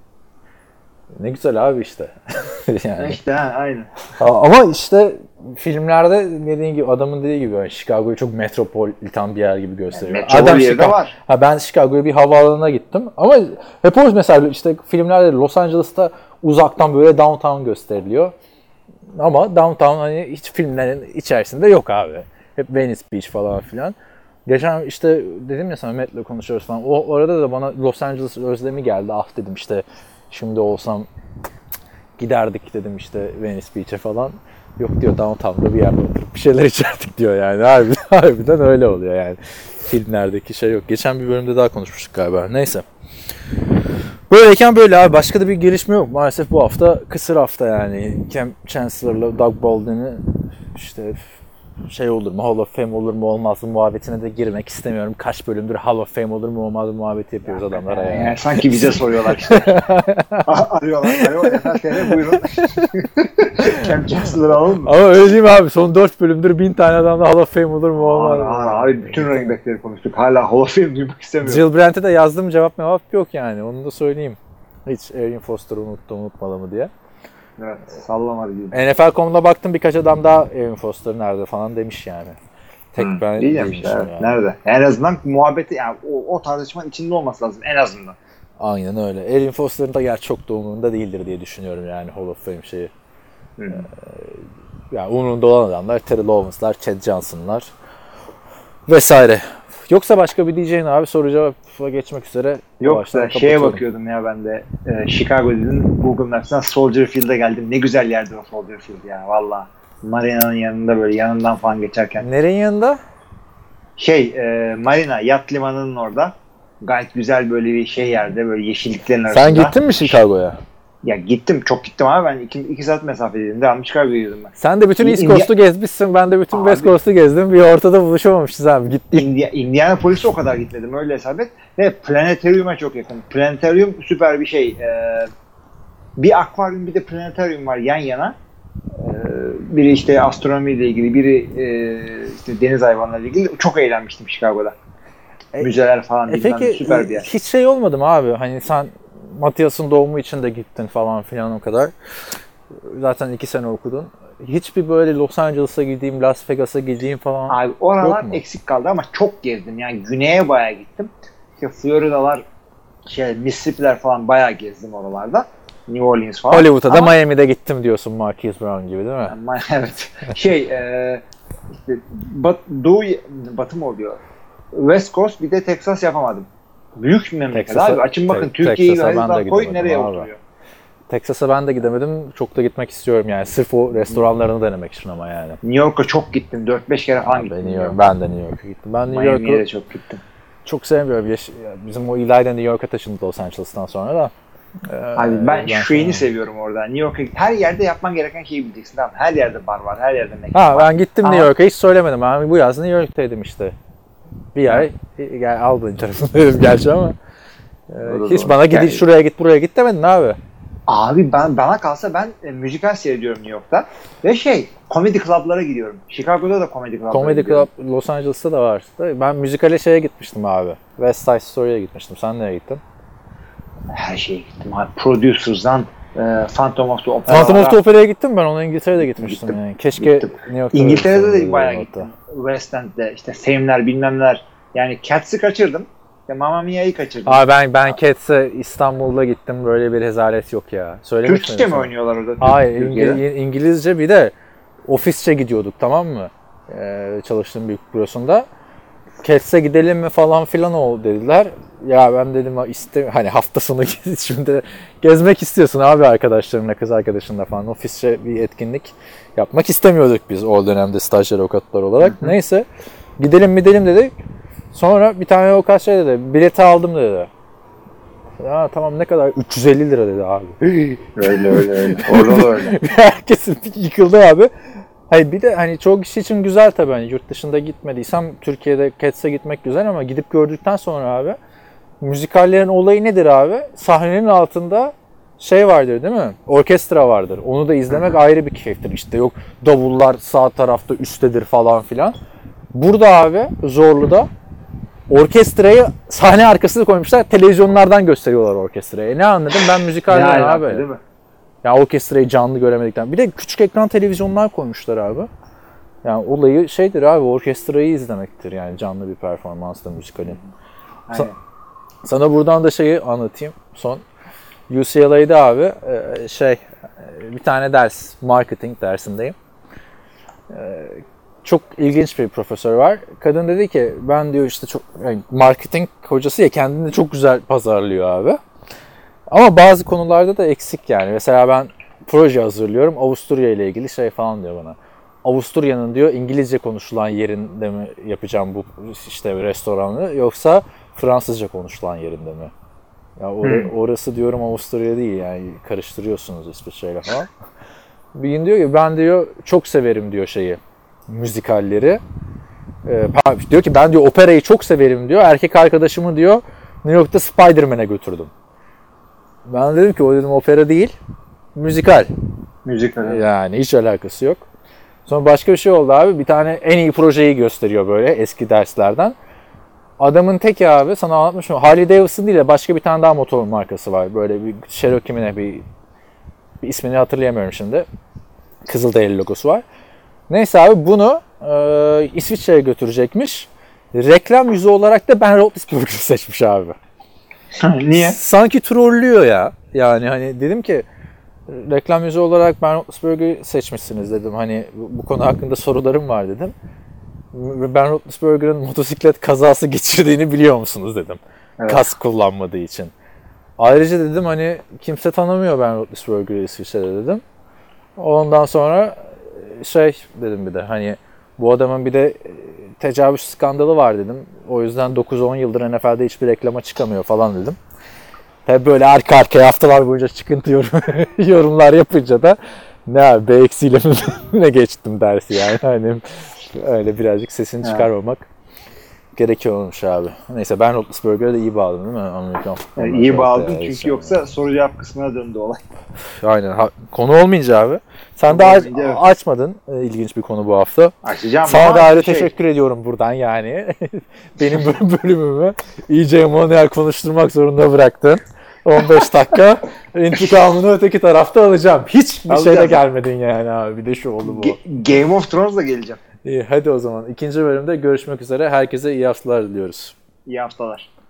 Ne güzel abi işte. yani. İşte ha, aynen. Ama işte filmlerde dediğin gibi adamın dediği gibi yani Chicago'yu çok metropolitan bir yer gibi gösteriyor. Yani metropol yeri de var. Ha ben Chicago'ya bir havaalanına gittim ama hep o mesela işte filmlerde Los Angeles'ta uzaktan böyle downtown gösteriliyor. Ama downtown hani hiç filmlerin içerisinde yok abi. Hep Venice Beach falan filan. Geçen işte dedim ya sana Matt'le konuşuyoruz falan. O orada da bana Los Angeles özlemi geldi. Ah dedim işte şimdi olsam giderdik dedim işte Venice Beach'e falan. Yok diyor downtown'da bir yerde oturup bir şeyler içerdik diyor yani. Harbiden, harbiden öyle oluyor yani. Filmlerdeki şey yok. Geçen bir bölümde daha konuşmuştuk galiba. Neyse. Böyleyken böyle abi. Başka da bir gelişme yok. Maalesef bu hafta kısır hafta yani. Cam Chancellor'la Doug Baldwin'i işte şey olur mu, Hall of Fame olur mu olmaz mı muhabbetine de girmek istemiyorum. Kaç bölümdür Hall of Fame olur mu olmaz mı muhabbeti yapıyoruz ya, adamlara yani. yani. Sanki bize soruyorlar işte. Arıyorlar. Arıyorlar. F L T R buyurun. Cam Chancellor'ı alalım mı? Ama öyle değil mi abi? Son dört bölümdür bin tane adamla Hall of Fame olur mu olmaz mı? Abi, abi bütün running back'leri konuştuk. Hala Hall of Fame duymak istemiyorum. Jill Brandt'e de yazdım cevap mevap yok yani. Onu da söyleyeyim. Hiç Arian Foster'ı unuttu unutmalı mı diye. Evet, sallamadı gibi. N F L nokta com'da baktım birkaç adam daha Arian Foster nerede falan demiş yani. Tek Hmm, ben iyi demiş, evet. yani. Nerede? En azından muhabbeti yani o, o tartışmanın içinde olması lazım en azından. Aynen öyle. Arian Foster'ın da gerçi çok da umurunda değildir diye düşünüyorum yani Hall of Fame şeyi. Hmm. Ee, yani umurunda olan adamlar Terry Lawrence'lar, Chad Johnson'lar vesaire. Yoksa başka bir diyeceğin abi soru cevapla geçmek üzere. Yoksa şeye bakıyordum ya ben de e, Chicago dedim Google Maps'ten Soldier Field'e geldim. Ne güzel yerdi o Soldier Field ya valla. Marina'nın yanında böyle yanından falan geçerken. Nerenin yanında? Şey e, Marina yat limanının orada. Gayet güzel böyle bir şey yerde böyle yeşilliklerin arasında. Sen gittin mi Chicago'ya? Ya gittim çok gittim abi ben iki, iki saat mesafedeydim. Devamlı Chicago'ya gidiyordum ben. Sen de bütün East India- Coast'u gezmişsin. Ben de bütün Abi- West Coast'u gezdim. Bir ortada buluşamamışız abi. Gittik. India, Indianapolis'e o kadar gitmedim öyle hesap et. Ve planetaryuma çok yakın. Planetaryum süper bir şey. Ee, bir akvaryum bir de planetaryum var yan yana. Ee, biri işte astronomiyle ilgili, biri e, işte deniz hayvanlarıyla ilgili. Çok eğlenmiştim Chicago'da. E, Müzeler falan. E bilmem, peki süper bir yer. hiç şey olmadı mı abi? Hani sen Matias'ın doğumu için de gittin falan filan o kadar. Zaten iki sene okudun. Hiçbir böyle Los Angeles'a gideyim, Las Vegas'a gideyim falan. Abi oralar yok mu? eksik kaldı ama çok gezdim. Yani güneye bayağı gittim. İşte Florida'lar, şey, Mississippi'ler falan bayağı gezdim oralarda. New Orleans falan. Hollywood'a da Ama- Miami'de gittim diyorsun Marquise Brown gibi değil mi? Ama evet. Şey e, işte bat, Doğu Batı mı oluyor? West Coast bir de Texas yapamadım. Büyük bir memleket Texas'a- abi. Açın bakın Te- Türkiye'yi Texas'a ben de haritada koy gidemedim nereye abi. oturuyor. Texas'a ben de gidemedim. Çok da gitmek istiyorum yani. Sırf o restoranlarını denemek için ama yani. New York'a çok gittim. dört beş kere falan Ben, gittim. New York, ben de New York'a gittim. Ben New Miami'ye de York'u çok gittim. çok sevmiyorum. Yaş- Bizim o İlay da New York'a taşındı Los Angeles'tan sonra da. Ee, Abi ben şu şeyini sonra- seviyorum orada. New York'a her yerde yapman gereken şeyi bileceksin. Tamam. Her yerde bar var. Her yerde mekan Ha var. ben gittim Ama- New York'a, hiç söylemedim. Ben bu yaz New York'taydım işte. Bir ay gel aldın tarafını dedim gerçi ama. Ee, Doğru, hiç doğru. bana gidip Yani- şuraya git buraya git demedin abi. Abi ben bana kalsa ben e, müzikal seyrediyorum New York'ta. Ve şey, komedi club'lara gidiyorum. Chicago'da da komedi club'lara Comedy gidiyorum. Club Los Angeles'ta da var. Ben müzikale şeye gitmiştim abi. West Side Story'ye gitmiştim. Sen nereye gittin? Her şeye gittim abi. Producers'dan e, Phantom of the Opera'lara. Phantom of the Opera'ya gittim ben. Ona İngiltere'de gitmiştim Gittim. yani. Keşke Gittim. New York'ta İngiltere'de olsaydım de bayağı hatta. gittim. West End'de işte Fame'ler bilmem neler. Yani Cats'ı kaçırdım. İşte Mamma Mia'yı kaçırdım. Aa ben ben Cats'e İstanbul'da gittim. Böyle bir rezalet yok ya. Söylemiş Türkçe miydim mi sana? oynuyorlar orada? Hayır, Türkiye'de? İngil- İngilizce, bir de ofisçe gidiyorduk, tamam mı? Ee, çalıştığım büyük bürosunda. Cats'e gidelim mi falan filan o dediler. Ya ben dedim iste hani hafta sonu şimdi gezmek istiyorsun abi arkadaşlarınla, kız arkadaşınla falan. Ofisçe bir etkinlik yapmak istemiyorduk biz o dönemde stajyer avukatlar olarak. Hı hı. Neyse gidelim gidelim dedik. Sonra bir tane avukat şey dedi, bileti aldım dedi. Ya tamam, ne kadar? üç yüz elli lira dedi abi. Öyle öyle öyle. Orada da öyle. Herkesin yıkıldı abi. Hayır bir de hani çok kişi için güzel tabii, hani yurt dışında gitmediysem Türkiye'de Cats'e gitmek güzel ama gidip gördükten sonra abi, müzikallerin olayı nedir abi? Sahnenin altında şey vardır değil mi? Orkestra vardır. Onu da izlemek ayrı bir keyiftir. İşte yok davullar sağ tarafta üsttedir falan filan. Burada abi Zorlu'da orkestrayı sahne arkasına koymuşlar. Televizyonlardan gösteriyorlar orkestrayı. Ne anladım ben müzikalden Ne abi. alaka, değil mi? Ya orkestrayı canlı göremedikten. Bir de küçük ekran televizyonlar koymuşlar abi. Yani olayı şeydir abi, orkestrayı izlemektir yani, canlı bir performansta müzikalin. Sa- sana buradan da şeyi anlatayım son. U C L A'da abi şey bir tane ders, marketing dersindeyim. Çok ilginç bir profesör var. Kadın dedi ki ben diyor işte çok yani marketing hocası ya, kendini çok güzel pazarlıyor abi. Ama bazı konularda da eksik yani. Mesela ben proje hazırlıyorum. Avusturya ile ilgili şey falan diyor bana. Avusturya'nın diyor İngilizce konuşulan yerinde mi yapacağım bu işte restoranı, yoksa Fransızca konuşulan yerinde mi? Ya or- hmm. orası diyorum Avusturya değil yani, karıştırıyorsunuz İsviçre'yle falan. Bir gün diyor ki ben diyor çok severim diyor şeyi, müzikalleri. Ee, diyor ki ben diyor operayı çok severim diyor. Erkek arkadaşımı diyor New York'ta Spider-Man'e götürdüm. Ben dedim ki o dedim opera değil, müzikal. Müzikal. Yani hiç alakası yok. Sonra başka bir şey oldu abi. Bir tane en iyi projeyi gösteriyor böyle eski derslerden. Adamın teki abi, sana anlatmışım. Harley Davidson değil de başka bir tane daha motor markası var. Böyle bir Cherokee mi ne, bir, bir ismini hatırlayamıyorum şimdi. Kızılderili logosu var. Neyse abi bunu e, İsviçre'ye götürecekmiş. Reklam yüzü olarak da Ben Roethlisberger'ı seçmiş abi. Niye? Sanki trollüyor ya. Yani hani dedim ki reklam yüzü olarak Ben Roethlisberger'ı seçmişsiniz dedim. Hani bu konu hakkında sorularım var dedim. Ben Roethlisberger'ın motosiklet kazası geçirdiğini biliyor musunuz dedim. Evet. Kask kullanmadığı için. Ayrıca dedim hani kimse tanımıyor Ben Roethlisberger'ı İsviçre'de dedim. Ondan sonra şey dedim bir de hani bu adamın bir de tecavüz skandalı var dedim. O yüzden dokuz on yıldır N F L'de hiçbir reklama çıkamıyor falan dedim. Tabi böyle arka arkaya haftalar boyunca çıkıntı yorum, yorumlar yapınca da ne abi B eksiyle mi geçtim dersi yani. Hani öyle birazcık sesini çıkarmamak gerekiyormuş abi. Neyse Ben Roethlisberger'e de iyi bağladın değil mi? Amerikan yani iyi bağladın çünkü işte. Yoksa soru cevap kısmına döndü olay. Aynen. Ha, konu olmayınca abi. Sen de aç, evet. açmadın e, ilginç bir konu bu hafta. Açacağım. Sana da ayrı şey... teşekkür ediyorum buradan yani. Benim bölümümü iyice Emanuel konuşturmak zorunda bıraktın. on beş dakika intikamını öteki tarafta alacağım. Hiç bir şeyle gelmedin yani abi. Bir de şu oldu bu. G- Game of Thrones'la geleceğim. İyi hadi o zaman. İkinci bölümde görüşmek üzere. Herkese iyi haftalar diliyoruz. İyi haftalar.